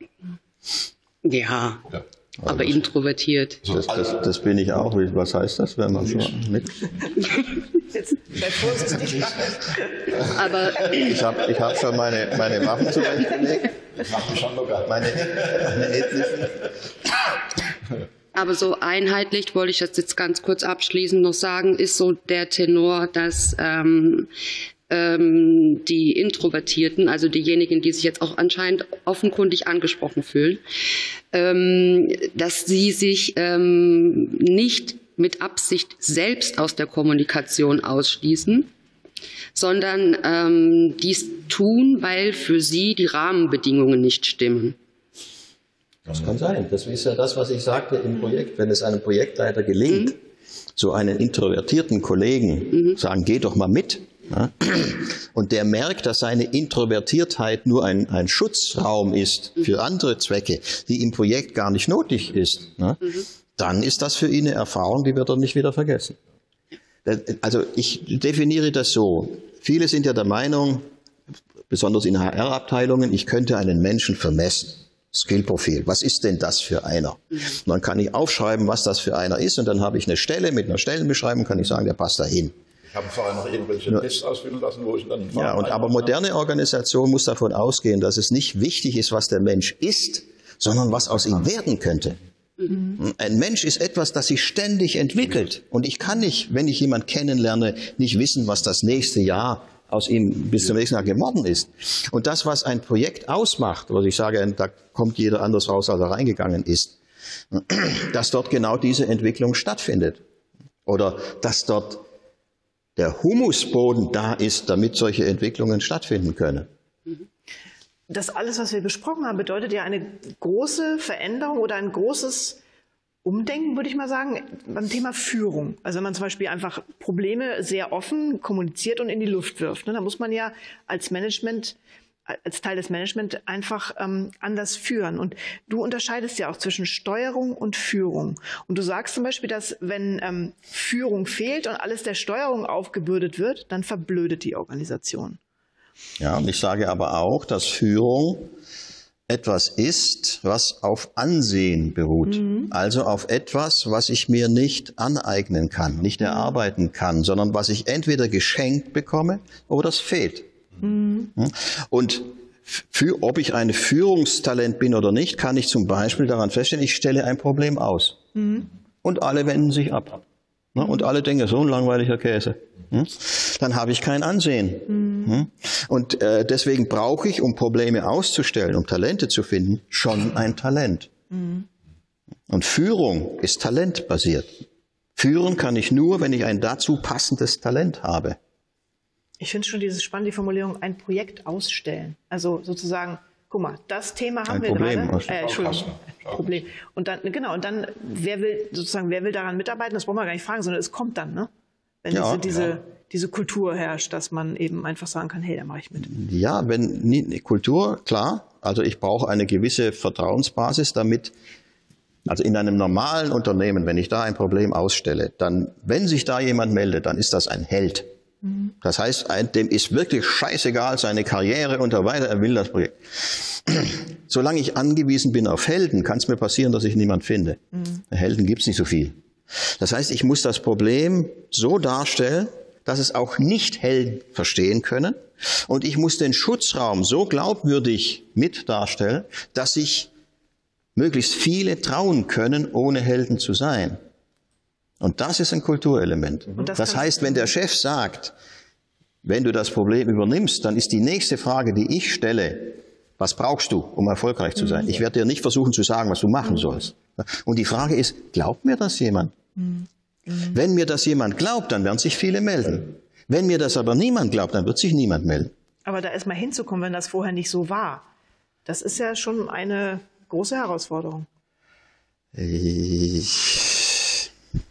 Ja, ja. aber also introvertiert. Das, das, das bin ich auch. Was heißt das, wenn man so nix? Jetzt sei vorsichtig. Aber ich habe ich hab schon meine, meine Waffen zurechtgelegt. Ich mache mich schon locker. Meine, meine ethnischen. Aber so einheitlich, wollte ich das jetzt ganz kurz abschließend noch sagen, ist so der Tenor, dass ähm, ähm, die Introvertierten, also diejenigen, die sich jetzt auch anscheinend offenkundig angesprochen fühlen, ähm, dass sie sich ähm, nicht mit Absicht selbst aus der Kommunikation ausschließen, sondern ähm, dies tun, weil für sie die Rahmenbedingungen nicht stimmen. Das kann sein. Das ist ja das, was ich sagte im Projekt. Wenn es einem Projektleiter gelingt, mhm. so einen introvertierten Kollegen mhm. sagen, geh doch mal mit. Ja? Und der merkt, dass seine Introvertiertheit nur ein, ein Schutzraum ist für andere Zwecke, die im Projekt gar nicht nötig ist. Ja? Mhm. Dann ist das für ihn eine Erfahrung, die wird er nicht wieder vergessen. Also ich definiere das so. Viele sind ja der Meinung, besonders in H R-Abteilungen, ich könnte einen Menschen vermessen. Skillprofil. Was ist denn das für einer? Und dann kann ich aufschreiben, was das für einer ist, und dann habe ich eine Stelle mit einer Stellenbeschreibung, kann ich sagen, der passt dahin. Ich habe vorher noch irgendwelche ja. Tests ausfüllen lassen, wo ich dann... Ja, und, aber moderne Organisation muss davon ausgehen, dass es nicht wichtig ist, was der Mensch ist, sondern was aus ihm werden könnte. Mhm. Ein Mensch ist etwas, das sich ständig entwickelt. Und ich kann nicht, wenn ich jemanden kennenlerne, nicht wissen, was das nächste Jahr aus ihm bis zum nächsten Jahr geworden ist. Und das, was ein Projekt ausmacht, oder ich sage, da kommt jeder anders raus, als er reingegangen ist, dass dort genau diese Entwicklung stattfindet. Oder dass dort der Humusboden da ist, damit solche Entwicklungen stattfinden können. Das alles, was wir besprochen haben, bedeutet ja eine große Veränderung oder ein großes Umdenken, würde ich mal sagen, beim Thema Führung. Also wenn man zum Beispiel einfach Probleme sehr offen kommuniziert und in die Luft wirft, ne, da muss man ja als Management, als Teil des Management einfach ähm, anders führen. Und du unterscheidest ja auch zwischen Steuerung und Führung. Und du sagst zum Beispiel, dass wenn ähm, Führung fehlt und alles der Steuerung aufgebürdet wird, dann verblödet die Organisation. Ja, und ich sage aber auch, dass Führung etwas ist, was auf Ansehen beruht. Mhm. Also auf etwas, was ich mir nicht aneignen kann, nicht erarbeiten kann, sondern was ich entweder geschenkt bekomme oder es fehlt. Mhm. Und für, ob ich ein Führungstalent bin oder nicht, kann ich zum Beispiel daran feststellen, ich stelle ein Problem aus. Mhm. Und alle wenden sich ab. Mhm. Und alle denken, so ein langweiliger Käse. Dann habe ich kein Ansehen. Mhm. Und äh, deswegen brauche ich, um Probleme auszustellen, um Talente zu finden, schon ein Talent. Mhm. Und Führung ist talentbasiert. Führen kann ich nur, wenn ich ein dazu passendes Talent habe. Ich finde schon diese spannende Formulierung, ein Projekt ausstellen. Also sozusagen, guck mal, das Thema haben ein wir Problem gerade. Äh, Entschuldigung, Problem. Und dann, genau, und dann, wer will sozusagen, wer will daran mitarbeiten? Das brauchen wir gar nicht fragen, sondern es kommt dann, ne? Wenn ja, diese, diese, ja. diese Kultur herrscht, dass man eben einfach sagen kann, hey, da mache ich mit. Ja, wenn nie, Kultur, klar. Also ich brauche eine gewisse Vertrauensbasis, damit, also in einem normalen Unternehmen, wenn ich da ein Problem ausstelle, dann, wenn sich da jemand meldet, dann ist das ein Held. Mhm. Das heißt, ein, dem ist wirklich scheißegal seine Karriere und so weiter, er will das Projekt. Solange ich angewiesen bin auf Helden, kann es mir passieren, dass ich niemand finde. Mhm. Helden gibt es nicht so viel. Das heißt, ich muss das Problem so darstellen, dass es auch Nicht-Helden verstehen können. Und ich muss den Schutzraum so glaubwürdig mit darstellen, dass sich möglichst viele trauen können, ohne Helden zu sein. Und das ist ein Kulturelement. Und das, das heißt, wenn der Chef sagt, wenn du das Problem übernimmst, dann ist die nächste Frage, die ich stelle, was brauchst du, um erfolgreich zu sein? Ich werde dir nicht versuchen zu sagen, was du machen sollst. Und die Frage ist, glaubt mir das jemand? Mhm. Wenn mir das jemand glaubt, dann werden sich viele melden. Wenn mir das aber niemand glaubt, dann wird sich niemand melden. Aber da erst mal hinzukommen, wenn das vorher nicht so war, das ist ja schon eine große Herausforderung. Ich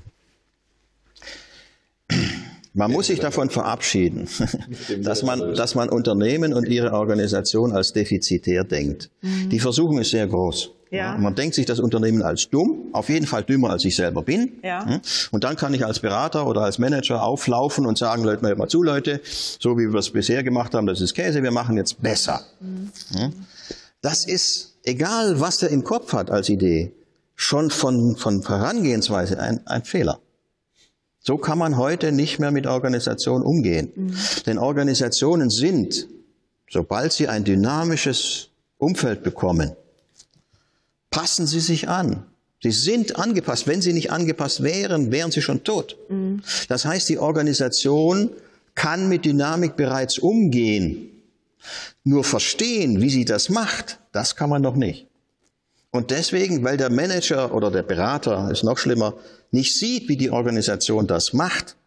Man muss sich davon verabschieden, dass man, dass man Unternehmen und ihre Organisation als defizitär denkt. Mhm. Die Versuchung ist sehr groß. Ja. Man denkt sich das Unternehmen als dumm, auf jeden Fall dümmer, als ich selber bin. Ja. Und dann kann ich als Berater oder als Manager auflaufen und sagen, Leute, mal zu, Leute, so wie wir es bisher gemacht haben, das ist Käse, wir machen jetzt besser. Mhm. Das ist, egal was er im Kopf hat als Idee, schon von, von Herangehensweise ein, ein Fehler. So kann man heute nicht mehr mit Organisationen umgehen. Mhm. Denn Organisationen sind, sobald sie ein dynamisches Umfeld bekommen, passen sie sich an. Sie sind angepasst. Wenn sie nicht angepasst wären, wären sie schon tot. Mhm. Das heißt, die Organisation kann mit Dynamik bereits umgehen. Nur verstehen, wie sie das macht, das kann man noch nicht. Und deswegen, weil der Manager oder der Berater, ist noch schlimmer, nicht sieht, wie die Organisation das macht,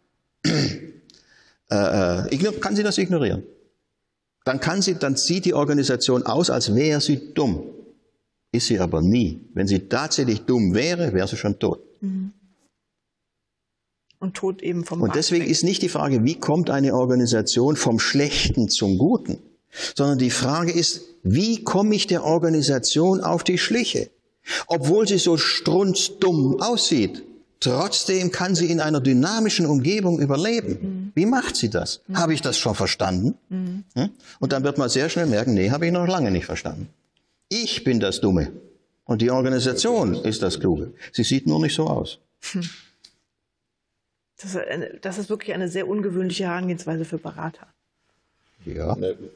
äh, kann sie das ignorieren. Dann, kann sie, dann sieht die Organisation aus, als wäre sie dumm. Ist sie aber nie. Wenn sie tatsächlich dumm wäre, wäre sie schon tot. Mhm. Und tot eben vom Und deswegen ist nicht die Frage, wie kommt eine Organisation vom Schlechten zum Guten, sondern die Frage ist, wie komme ich der Organisation auf die Schliche? Obwohl sie so strunzdumm aussieht. Trotzdem kann sie in einer dynamischen Umgebung überleben. Mhm. Wie macht sie das? Mhm. Habe ich das schon verstanden? Mhm. Und dann wird man sehr schnell merken, nee, habe ich noch lange nicht verstanden. Ich bin das Dumme. Und die Organisation ist das Kluge. Sie sieht nur nicht so aus. Hm. Das ist, eine, das ist wirklich eine sehr ungewöhnliche Herangehensweise für Berater. Ja.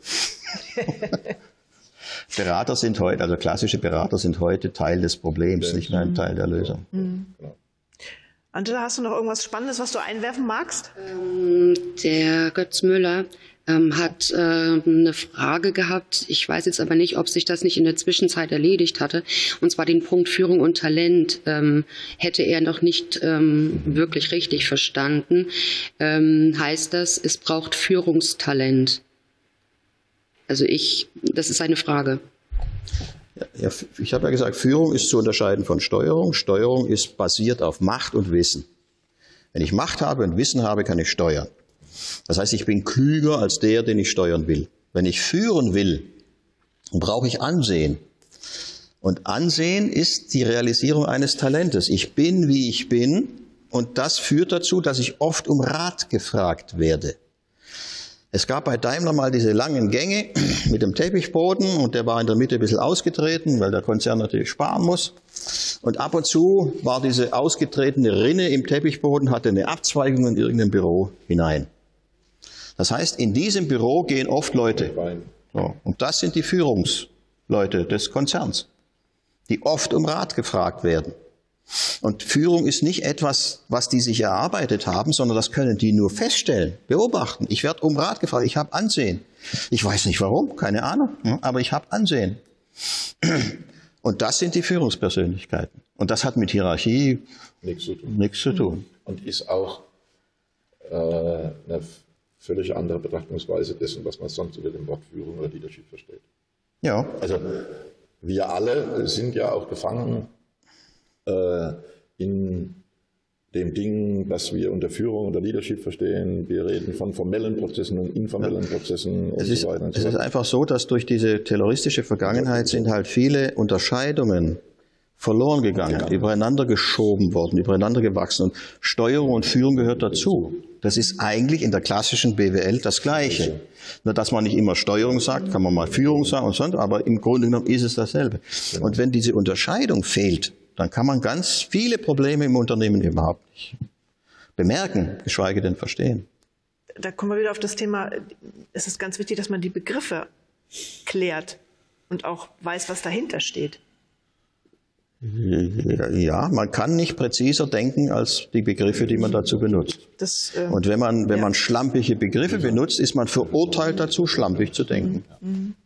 Berater sind heute, also klassische Berater sind heute Teil des Problems, nicht mehr ein Teil der Lösung. Mhm. Genau. Angela, hast du noch irgendwas Spannendes, was du einwerfen magst? Ähm, der Götz Müller ähm, hat äh, eine Frage gehabt. Ich weiß jetzt aber nicht, ob sich das nicht in der Zwischenzeit erledigt hatte. Und zwar den Punkt Führung und Talent ähm, hätte er noch nicht ähm, wirklich richtig verstanden. Ähm, heißt das, es braucht Führungstalent? Also ich, das ist eine Frage. Ja, ich habe ja gesagt, Führung ist zu unterscheiden von Steuerung. Steuerung ist basiert auf Macht und Wissen. Wenn ich Macht habe und Wissen habe, kann ich steuern. Das heißt, ich bin klüger als der, den ich steuern will. Wenn ich führen will, brauche ich Ansehen. Und Ansehen ist die Realisierung eines Talentes. Ich bin, wie ich bin, und das führt dazu, dass ich oft um Rat gefragt werde. Es gab bei Daimler mal diese langen Gänge mit dem Teppichboden und der war in der Mitte ein bisschen ausgetreten, weil der Konzern natürlich sparen muss. Und ab und zu war diese ausgetretene Rinne im Teppichboden, hatte eine Abzweigung in irgendein Büro hinein. Das heißt, in diesem Büro gehen oft Leute. So, und das sind die Führungsleute des Konzerns, die oft um Rat gefragt werden. Und Führung ist nicht etwas, was die sich erarbeitet haben, sondern das können die nur feststellen, beobachten. Ich werde um Rat gefragt, ich habe Ansehen. Ich weiß nicht warum, keine Ahnung, aber ich habe Ansehen. Und das sind die Führungspersönlichkeiten. Und das hat mit Hierarchie nichts zu tun. Nichts zu tun. Und ist auch äh, eine völlig andere Betrachtungsweise dessen, was man sonst über den Wort Führung oder Leadership versteht. Ja. Also wir alle sind ja auch gefangen in dem Ding, das wir unter Führung oder Leadership verstehen. Wir reden von formellen Prozessen und informellen ja. Prozessen und es ist, so weiter. Und so es weiter. ist einfach so, dass durch diese terroristische Vergangenheit sind halt viele Unterscheidungen verloren gegangen, ja. übereinander geschoben worden, übereinander gewachsen. Und Steuerung und Führung gehört dazu. Das ist eigentlich in der klassischen B W L das Gleiche. Ja. Nur, dass man nicht immer Steuerung sagt, kann man mal Führung sagen und so, aber im Grunde genommen ist es dasselbe. Ja. Und wenn diese Unterscheidung fehlt, dann kann man ganz viele Probleme im Unternehmen überhaupt nicht bemerken, geschweige denn verstehen. Da kommen wir wieder auf das Thema, es ist ganz wichtig, dass man die Begriffe klärt und auch weiß, was dahinter steht. Ja, man kann nicht präziser denken als die Begriffe, die man dazu benutzt. Das, äh, und wenn man, wenn ja. man schlampige Begriffe benutzt, ist man verurteilt dazu, schlampig zu denken. Mhm.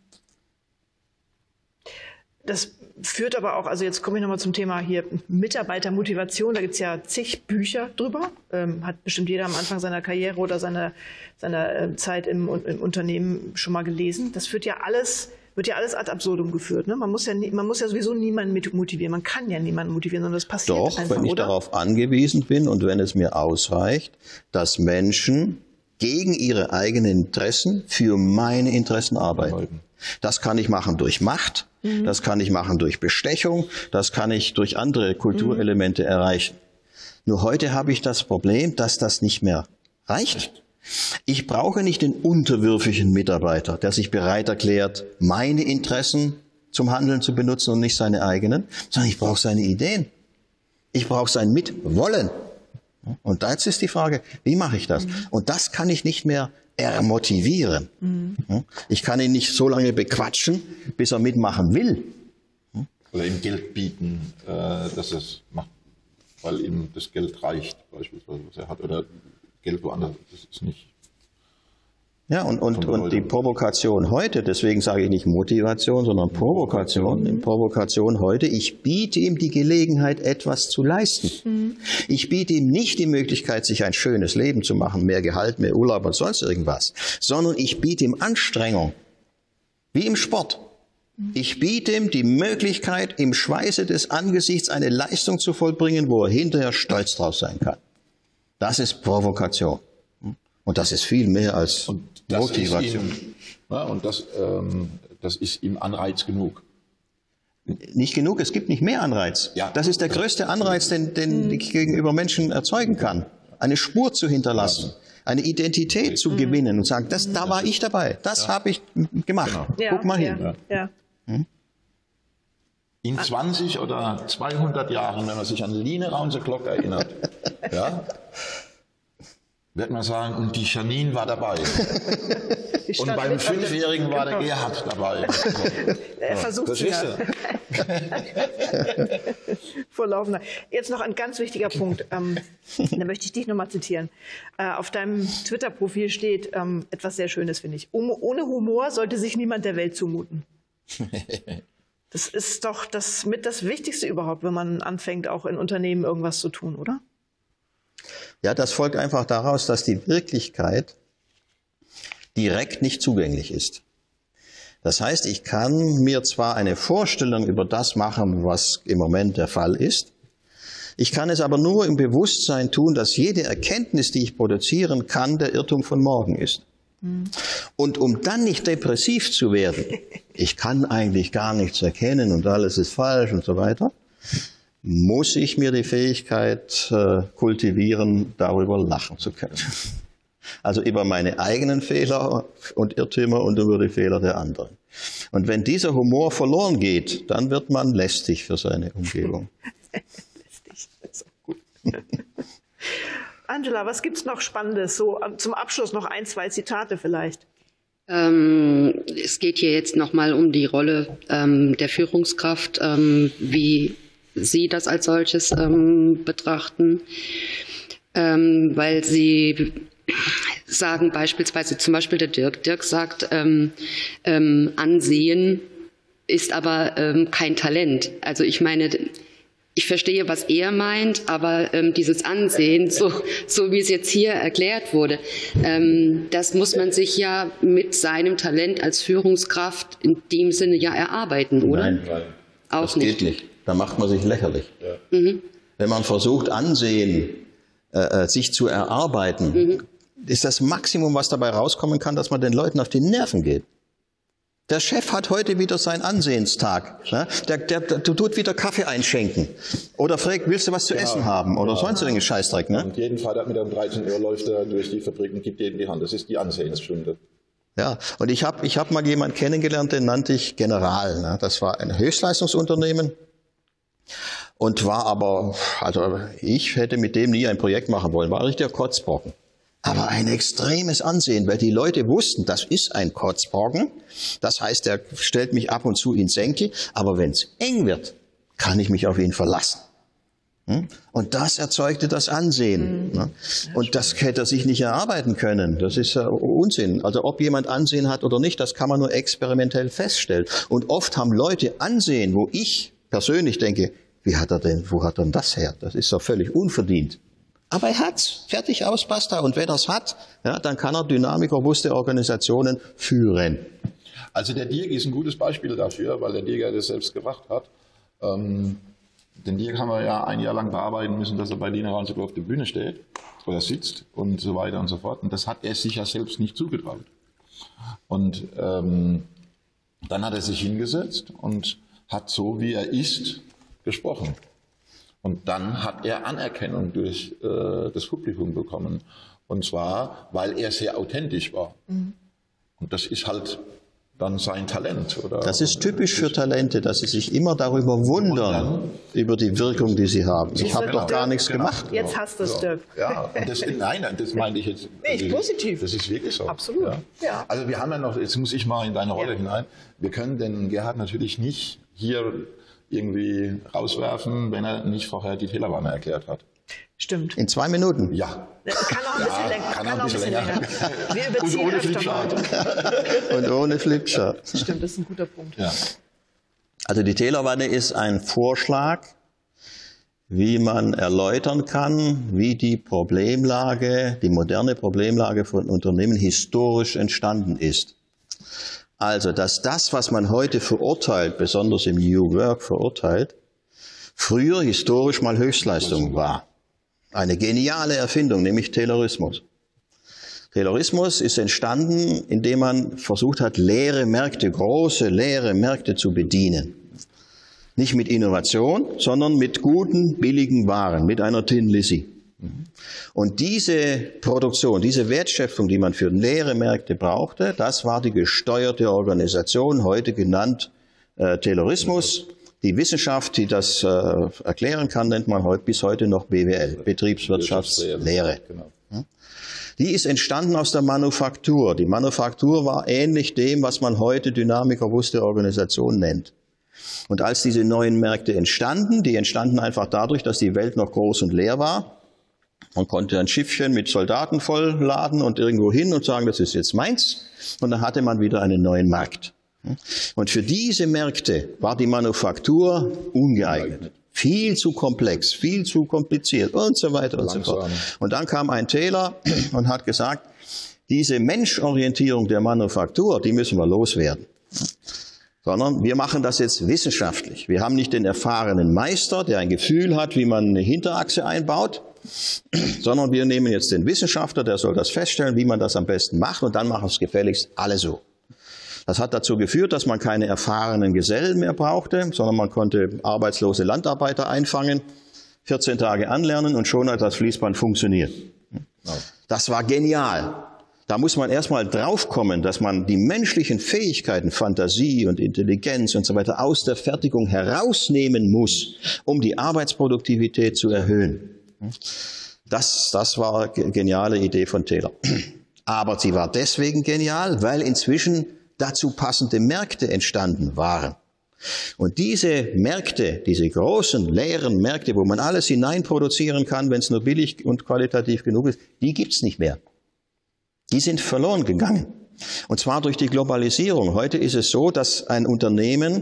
Das führt aber auch, also jetzt komme ich nochmal zum Thema hier Mitarbeitermotivation, da gibt es ja zig Bücher drüber, ähm, hat bestimmt jeder am Anfang seiner Karriere oder seiner, seiner äh, Zeit im, im Unternehmen schon mal gelesen. Das führt ja alles, wird ja alles ad absurdum geführt. Ne? Man muss ja, man muss ja sowieso niemanden motivieren, man kann ja niemanden motivieren, sondern das passiert Doch, einfach, wenn ich oder? darauf angewiesen bin und wenn es mir ausreicht, dass Menschen gegen ihre eigenen Interessen für meine Interessen arbeiten. Das kann ich machen durch Macht, mhm. das kann ich machen durch Bestechung, das kann ich durch andere Kulturelemente mhm. erreichen. Nur heute habe ich das Problem, dass das nicht mehr reicht. Ich brauche nicht den unterwürfigen Mitarbeiter, der sich bereit erklärt, meine Interessen zum Handeln zu benutzen und nicht seine eigenen, sondern ich brauche seine Ideen. Ich brauche sein Mitwollen. Und da jetzt ist die Frage, wie mache ich das? Mhm. Und das kann ich nicht mehr ermotivieren. Mhm. Ich kann ihn nicht so lange bequatschen, bis er mitmachen will. Oder ihm Geld bieten, äh, dass er es macht, weil ihm das Geld reicht, beispielsweise, was er hat. Oder Geld woanders, das ist nicht. Ja, und, und, und die Provokation heute, deswegen sage ich nicht Motivation, sondern Provokation. In Provokation heute, ich biete ihm die Gelegenheit, etwas zu leisten. Mhm. Ich biete ihm nicht die Möglichkeit, sich ein schönes Leben zu machen, mehr Gehalt, mehr Urlaub und sonst irgendwas, sondern ich biete ihm Anstrengung, wie im Sport. Ich biete ihm die Möglichkeit, im Schweiße des Angesichts eine Leistung zu vollbringen, wo er hinterher stolz drauf sein kann. Das ist Provokation. Und das ist viel mehr als und das Motivation. Ist ihm, ja, und das, ähm, das ist ihm Anreiz genug. Nicht genug, es gibt nicht mehr Anreiz. Ja. Das ist der größte Anreiz, den, den ich gegenüber Menschen erzeugen kann. Eine Spur zu hinterlassen, eine Identität zu gewinnen und sagen, das, da war ich dabei, das ja. habe ich gemacht. Genau. Ja, Guck mal ja, hin. Ja. Hm? In zwanzig oder zweihundert Jahren, wenn man sich an Line Raunse-Glock erinnert, ja, wird man sagen, und die Janine war dabei. Und beim Fünfjährigen war der Gerhard dabei. Er versucht es ja. Vor laufender. Jetzt noch ein ganz wichtiger Punkt. Ähm, da möchte ich dich nochmal zitieren. Äh, auf deinem Twitter-Profil steht ähm, etwas sehr Schönes, finde ich. Um, ohne Humor sollte sich niemand der Welt zumuten. Das ist doch das mit das Wichtigste überhaupt, wenn man anfängt, auch in Unternehmen irgendwas zu tun, oder? Ja, das folgt einfach daraus, dass die Wirklichkeit direkt nicht zugänglich ist. Das heißt, ich kann mir zwar eine Vorstellung über das machen, was im Moment der Fall ist, ich kann es aber nur im Bewusstsein tun, dass jede Erkenntnis, die ich produzieren kann, der Irrtum von morgen ist. Mhm. Und um dann nicht depressiv zu werden, ich kann eigentlich gar nichts erkennen und alles ist falsch und so weiter, muss ich mir die Fähigkeit äh, kultivieren, darüber lachen zu können. Also über meine eigenen Fehler und Irrtümer und über die Fehler der anderen. Und wenn dieser Humor verloren geht, dann wird man lästig für seine Umgebung. Lästig, das ist auch gut. Angela, was gibt es noch Spannendes? So zum Abschluss noch ein, zwei Zitate vielleicht. Ähm, es geht hier jetzt nochmal um die Rolle ähm, der Führungskraft, ähm, wie Sie das als solches ähm, betrachten, ähm, weil Sie sagen beispielsweise, zum Beispiel der Dirk, Dirk sagt, ähm, ähm, Ansehen ist aber ähm, kein Talent. Also ich meine, ich verstehe, was er meint, aber ähm, dieses Ansehen, so, so wie es jetzt hier erklärt wurde, ähm, das muss man sich ja mit seinem Talent als Führungskraft in dem Sinne ja erarbeiten, oder? Nein, auch das nicht. geht nicht. Da macht man sich lächerlich. Ja. Mhm. Wenn man versucht, Ansehen äh, sich zu erarbeiten, mhm. ist das Maximum, was dabei rauskommen kann, dass man den Leuten auf die Nerven geht. Der Chef hat heute wieder seinen Ansehenstag. Ne? Der, der, der tut wieder Kaffee einschenken. Oder fragt, willst du was zu genau. essen haben? Oder ja. sonst irgendeinen Scheißdreck. Ne? Und jeden Freitag mit um dreizehn Uhr läuft er durch die Fabrik und gibt jedem die Hand. Das ist die Ansehensstunde. Ja, und ich habe ich hab mal jemanden kennengelernt, den nannte ich General. Ne? Das war ein Höchstleistungsunternehmen. Und war aber, also ich hätte mit dem nie ein Projekt machen wollen, war richtiger Kotzbrocken. Aber ein extremes Ansehen, weil die Leute wussten, das ist ein Kotzbrocken. Das heißt, er stellt mich ab und zu ins Senkel, aber wenn es eng wird, kann ich mich auf ihn verlassen. Und das erzeugte das Ansehen. Mhm. Und das hätte er sich nicht erarbeiten können. Das ist Unsinn. Also ob jemand Ansehen hat oder nicht, das kann man nur experimentell feststellen. Und oft haben Leute Ansehen, wo ich persönlich denke, wie hat er denn, wo hat er denn das her? Das ist doch völlig unverdient. Aber er hat's. Fertig, aus, basta. Und wenn er es hat, ja, dann kann er dynamikrobusste Organisationen führen. Also der Dirk ist ein gutes Beispiel dafür, weil der Dirk ja das selbst gemacht hat. Ähm, den Dirk haben wir ja ein Jahr lang bearbeiten müssen, dass er bei Line Raunse-Glock auf der Bühne steht oder sitzt und so weiter und so fort. Und das hat er sich ja selbst nicht zugetraut. Und ähm, dann hat er sich hingesetzt und hat so, wie er ist, gesprochen. Und dann hat er Anerkennung durch äh, das Publikum bekommen. Und zwar, weil er sehr authentisch war. Mhm. Und das ist halt dann sein Talent. Oder? Das ist typisch für Talente, dass sie sich immer darüber wundern, über die Wirkung, die sie haben. Ich habe doch gar nichts genau. gemacht. Jetzt hast du es, Dirk. Ja, und das, nein, das meine ich jetzt. Nicht ist, positiv. Das ist wirklich so. Absolut. Ja. Ja. Also wir haben ja noch, jetzt muss ich mal in deine Rolle ja. hinein, wir können den Gerhard natürlich nicht hier irgendwie rauswerfen, wenn er nicht vorher die Fehlerwarnung erklärt hat. Stimmt. In zwei Minuten? Ja. Kann auch ein bisschen ja, länger. Kann, kann auch ein bisschen länger. länger. Wir überziehen Und ohne öfter Flipchart. Und ohne Flipchart. Stimmt, das ist ein guter Punkt. Ja. Also die Taylor-Wanne ist ein Vorschlag, wie man erläutern kann, wie die Problemlage, die moderne Problemlage von Unternehmen historisch entstanden ist. Also, dass das, was man heute verurteilt, besonders im New Work verurteilt, früher historisch mal Höchstleistung war. Eine geniale Erfindung, nämlich Taylorismus. Taylorismus ist entstanden, indem man versucht hat, leere Märkte, große leere Märkte zu bedienen. Nicht mit Innovation, sondern mit guten, billigen Waren, mit einer Tin Lizzy. Und diese Produktion, diese Wertschöpfung, die man für leere Märkte brauchte, das war die gesteuerte Organisation, heute genannt äh, Taylorismus. Die Wissenschaft, die das äh, erklären kann, nennt man heute, bis heute noch B W L, Betriebswirtschaftslehre. Genau. Die ist entstanden aus der Manufaktur. Die Manufaktur war ähnlich dem, was man heute dynamikrobuste Organisation nennt. Und als diese neuen Märkte entstanden, die entstanden einfach dadurch, dass die Welt noch groß und leer war. Man konnte ein Schiffchen mit Soldaten vollladen und irgendwo hin und sagen, das ist jetzt meins. Und dann hatte man wieder einen neuen Markt. Und für diese Märkte war die Manufaktur ungeeignet. Viel zu komplex, viel zu kompliziert und so weiter und so fort. Und dann kam ein Taylor und hat gesagt, diese Menschorientierung der Manufaktur, die müssen wir loswerden. Sondern wir machen das jetzt wissenschaftlich. Wir haben nicht den erfahrenen Meister, der ein Gefühl hat, wie man eine Hinterachse einbaut, sondern wir nehmen jetzt den Wissenschaftler, der soll das feststellen, wie man das am besten macht, und dann machen es gefälligst alle so. Das hat dazu geführt, dass man keine erfahrenen Gesellen mehr brauchte, sondern man konnte arbeitslose Landarbeiter einfangen, vierzehn Tage anlernen und schon hat das Fließband funktioniert. Das war genial. Da muss man erstmal draufkommen, dass man die menschlichen Fähigkeiten, Fantasie und Intelligenz und so weiter aus der Fertigung herausnehmen muss, um die Arbeitsproduktivität zu erhöhen. Das, das war eine geniale Idee von Taylor. Aber sie war deswegen genial, weil inzwischen dazu passende Märkte entstanden waren. Und diese Märkte, diese großen, leeren Märkte, wo man alles hineinproduzieren kann, wenn es nur billig und qualitativ genug ist, die gibt's nicht mehr. Die sind verloren gegangen. Und zwar durch die Globalisierung. Heute ist es so, dass ein Unternehmen,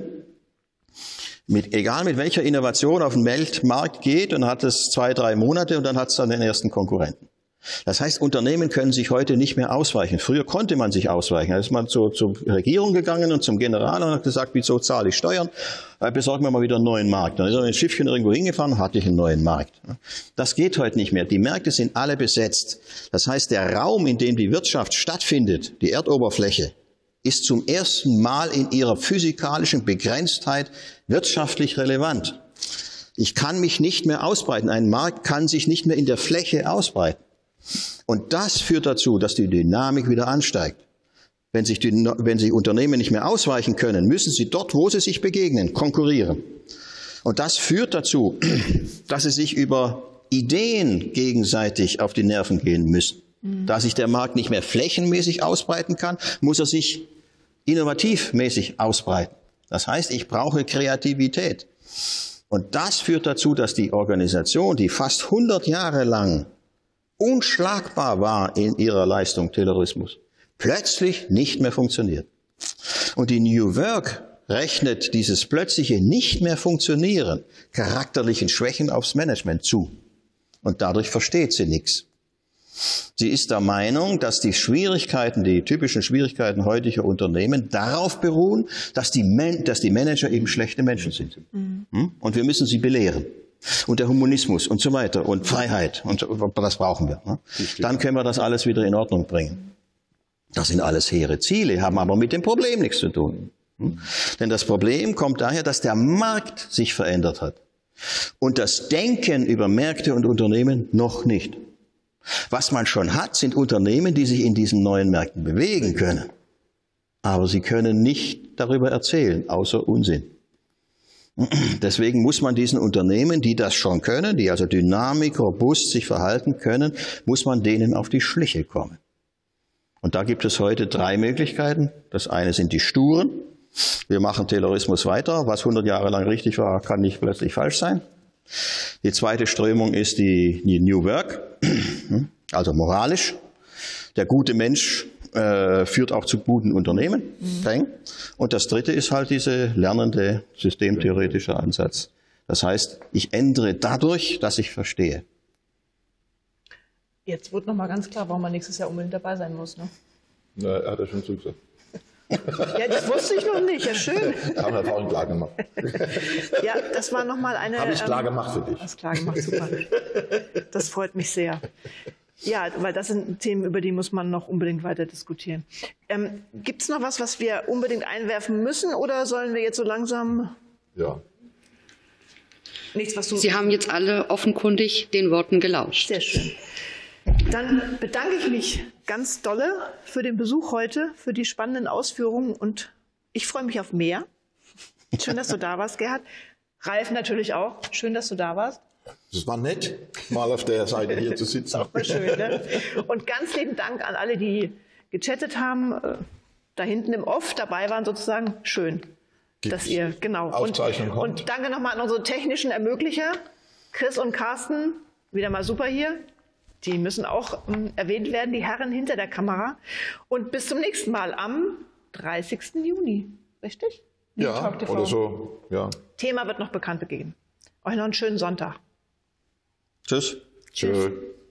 mit, egal mit welcher Innovation, auf den Weltmarkt geht und hat es zwei, drei Monate und dann hat es dann den ersten Konkurrenten. Das heißt, Unternehmen können sich heute nicht mehr ausweichen. Früher konnte man sich ausweichen. Da ist man zur, zur Regierung gegangen und zum General und hat gesagt, wieso zahle ich Steuern? Besorgen wir mal wieder einen neuen Markt. Dann ist er mit dem Schiffchen irgendwo hingefahren, hatte ich einen neuen Markt. Das geht heute nicht mehr. Die Märkte sind alle besetzt. Das heißt, der Raum, in dem die Wirtschaft stattfindet, die Erdoberfläche, ist zum ersten Mal in ihrer physikalischen Begrenztheit wirtschaftlich relevant. Ich kann mich nicht mehr ausbreiten. Ein Markt kann sich nicht mehr in der Fläche ausbreiten. Und das führt dazu, dass die Dynamik wieder ansteigt. Wenn sich, die, wenn sich Unternehmen nicht mehr ausweichen können, müssen sie dort, wo sie sich begegnen, konkurrieren. Und das führt dazu, dass sie sich über Ideen gegenseitig auf die Nerven gehen müssen. Mhm. Da sich der Markt nicht mehr flächenmäßig ausbreiten kann, muss er sich innovativmäßig ausbreiten. Das heißt, ich brauche Kreativität. Und das führt dazu, dass die Organisation, die fast hundert Jahre lang unschlagbar war in ihrer Leistung, Taylorismus, plötzlich nicht mehr funktioniert. Und die New Work rechnet dieses plötzliche nicht mehr funktionieren charakterlichen Schwächen aufs Management zu. Und dadurch versteht sie nichts. Sie ist der Meinung, dass die Schwierigkeiten, die typischen Schwierigkeiten heutiger Unternehmen darauf beruhen, dass die, Man- dass die Manager eben schlechte Menschen sind. Mhm. Und wir müssen sie belehren. Und der Humanismus und so weiter und Freiheit, und das brauchen wir. Ne? Dann können wir das alles wieder in Ordnung bringen. Das sind alles hehre Ziele, haben aber mit dem Problem nichts zu tun. Hm? Denn das Problem kommt daher, dass der Markt sich verändert hat. Und das Denken über Märkte und Unternehmen noch nicht. Was man schon hat, sind Unternehmen, die sich in diesen neuen Märkten bewegen können. Aber sie können nicht darüber erzählen, außer Unsinn. Deswegen muss man diesen Unternehmen, die das schon können, die also dynamik, robust sich verhalten können, muss man denen auf die Schliche kommen. Und da gibt es heute drei Möglichkeiten. Das eine sind die Sturen. Wir machen Taylorismus weiter. Was hundert Jahre lang richtig war, kann nicht plötzlich falsch sein. Die zweite Strömung ist die, die New Work, also moralisch. Der gute Mensch äh, führt auch zu guten Unternehmen. Mhm. Und das dritte ist halt dieser lernende, systemtheoretische Ansatz. Das heißt, ich ändere dadurch, dass ich verstehe. Jetzt wird nochmal ganz klar, warum man nächstes Jahr unbedingt dabei sein muss. Ne? Na, er hat ja schon zugesagt. Ja, das wusste ich noch nicht. Ja, schön. Da haben wir Erfahrung klar gemacht. Ja, das war nochmal eine... Habe ich klar ähm, gemacht für dich. Das klar gemacht, super. Das freut mich sehr. Ja, weil das sind Themen, über die muss man noch unbedingt weiter diskutieren. Ähm, gibt es noch was, was wir unbedingt einwerfen müssen, oder sollen wir jetzt so langsam... Ja. Nichts, was du Sie haben jetzt alle offenkundig den Worten gelauscht. Sehr schön. Dann bedanke ich mich ganz dolle für den Besuch heute, für die spannenden Ausführungen und ich freue mich auf mehr. Schön, dass du da warst, Gerhard. Ralf natürlich auch. Schön, dass du da warst. Es war nett, mal auf der Seite hier zu sitzen. Auch mal schön, ne? Und ganz lieben Dank an alle, die gechattet haben, da hinten im Off dabei waren sozusagen. Schön, Gibt's dass ihr, genau. Aufzeichnung und, kommt. und danke nochmal an unsere technischen Ermöglicher, Chris und Carsten, wieder mal super hier. Die müssen auch ähm, erwähnt werden, die Herren hinter der Kamera. Und bis zum nächsten Mal am dreißigsten Juni, richtig? Ja, oder so, ja. Thema wird noch bekannt gegeben. Euch noch einen schönen Sonntag. Tschüss. Tschüss.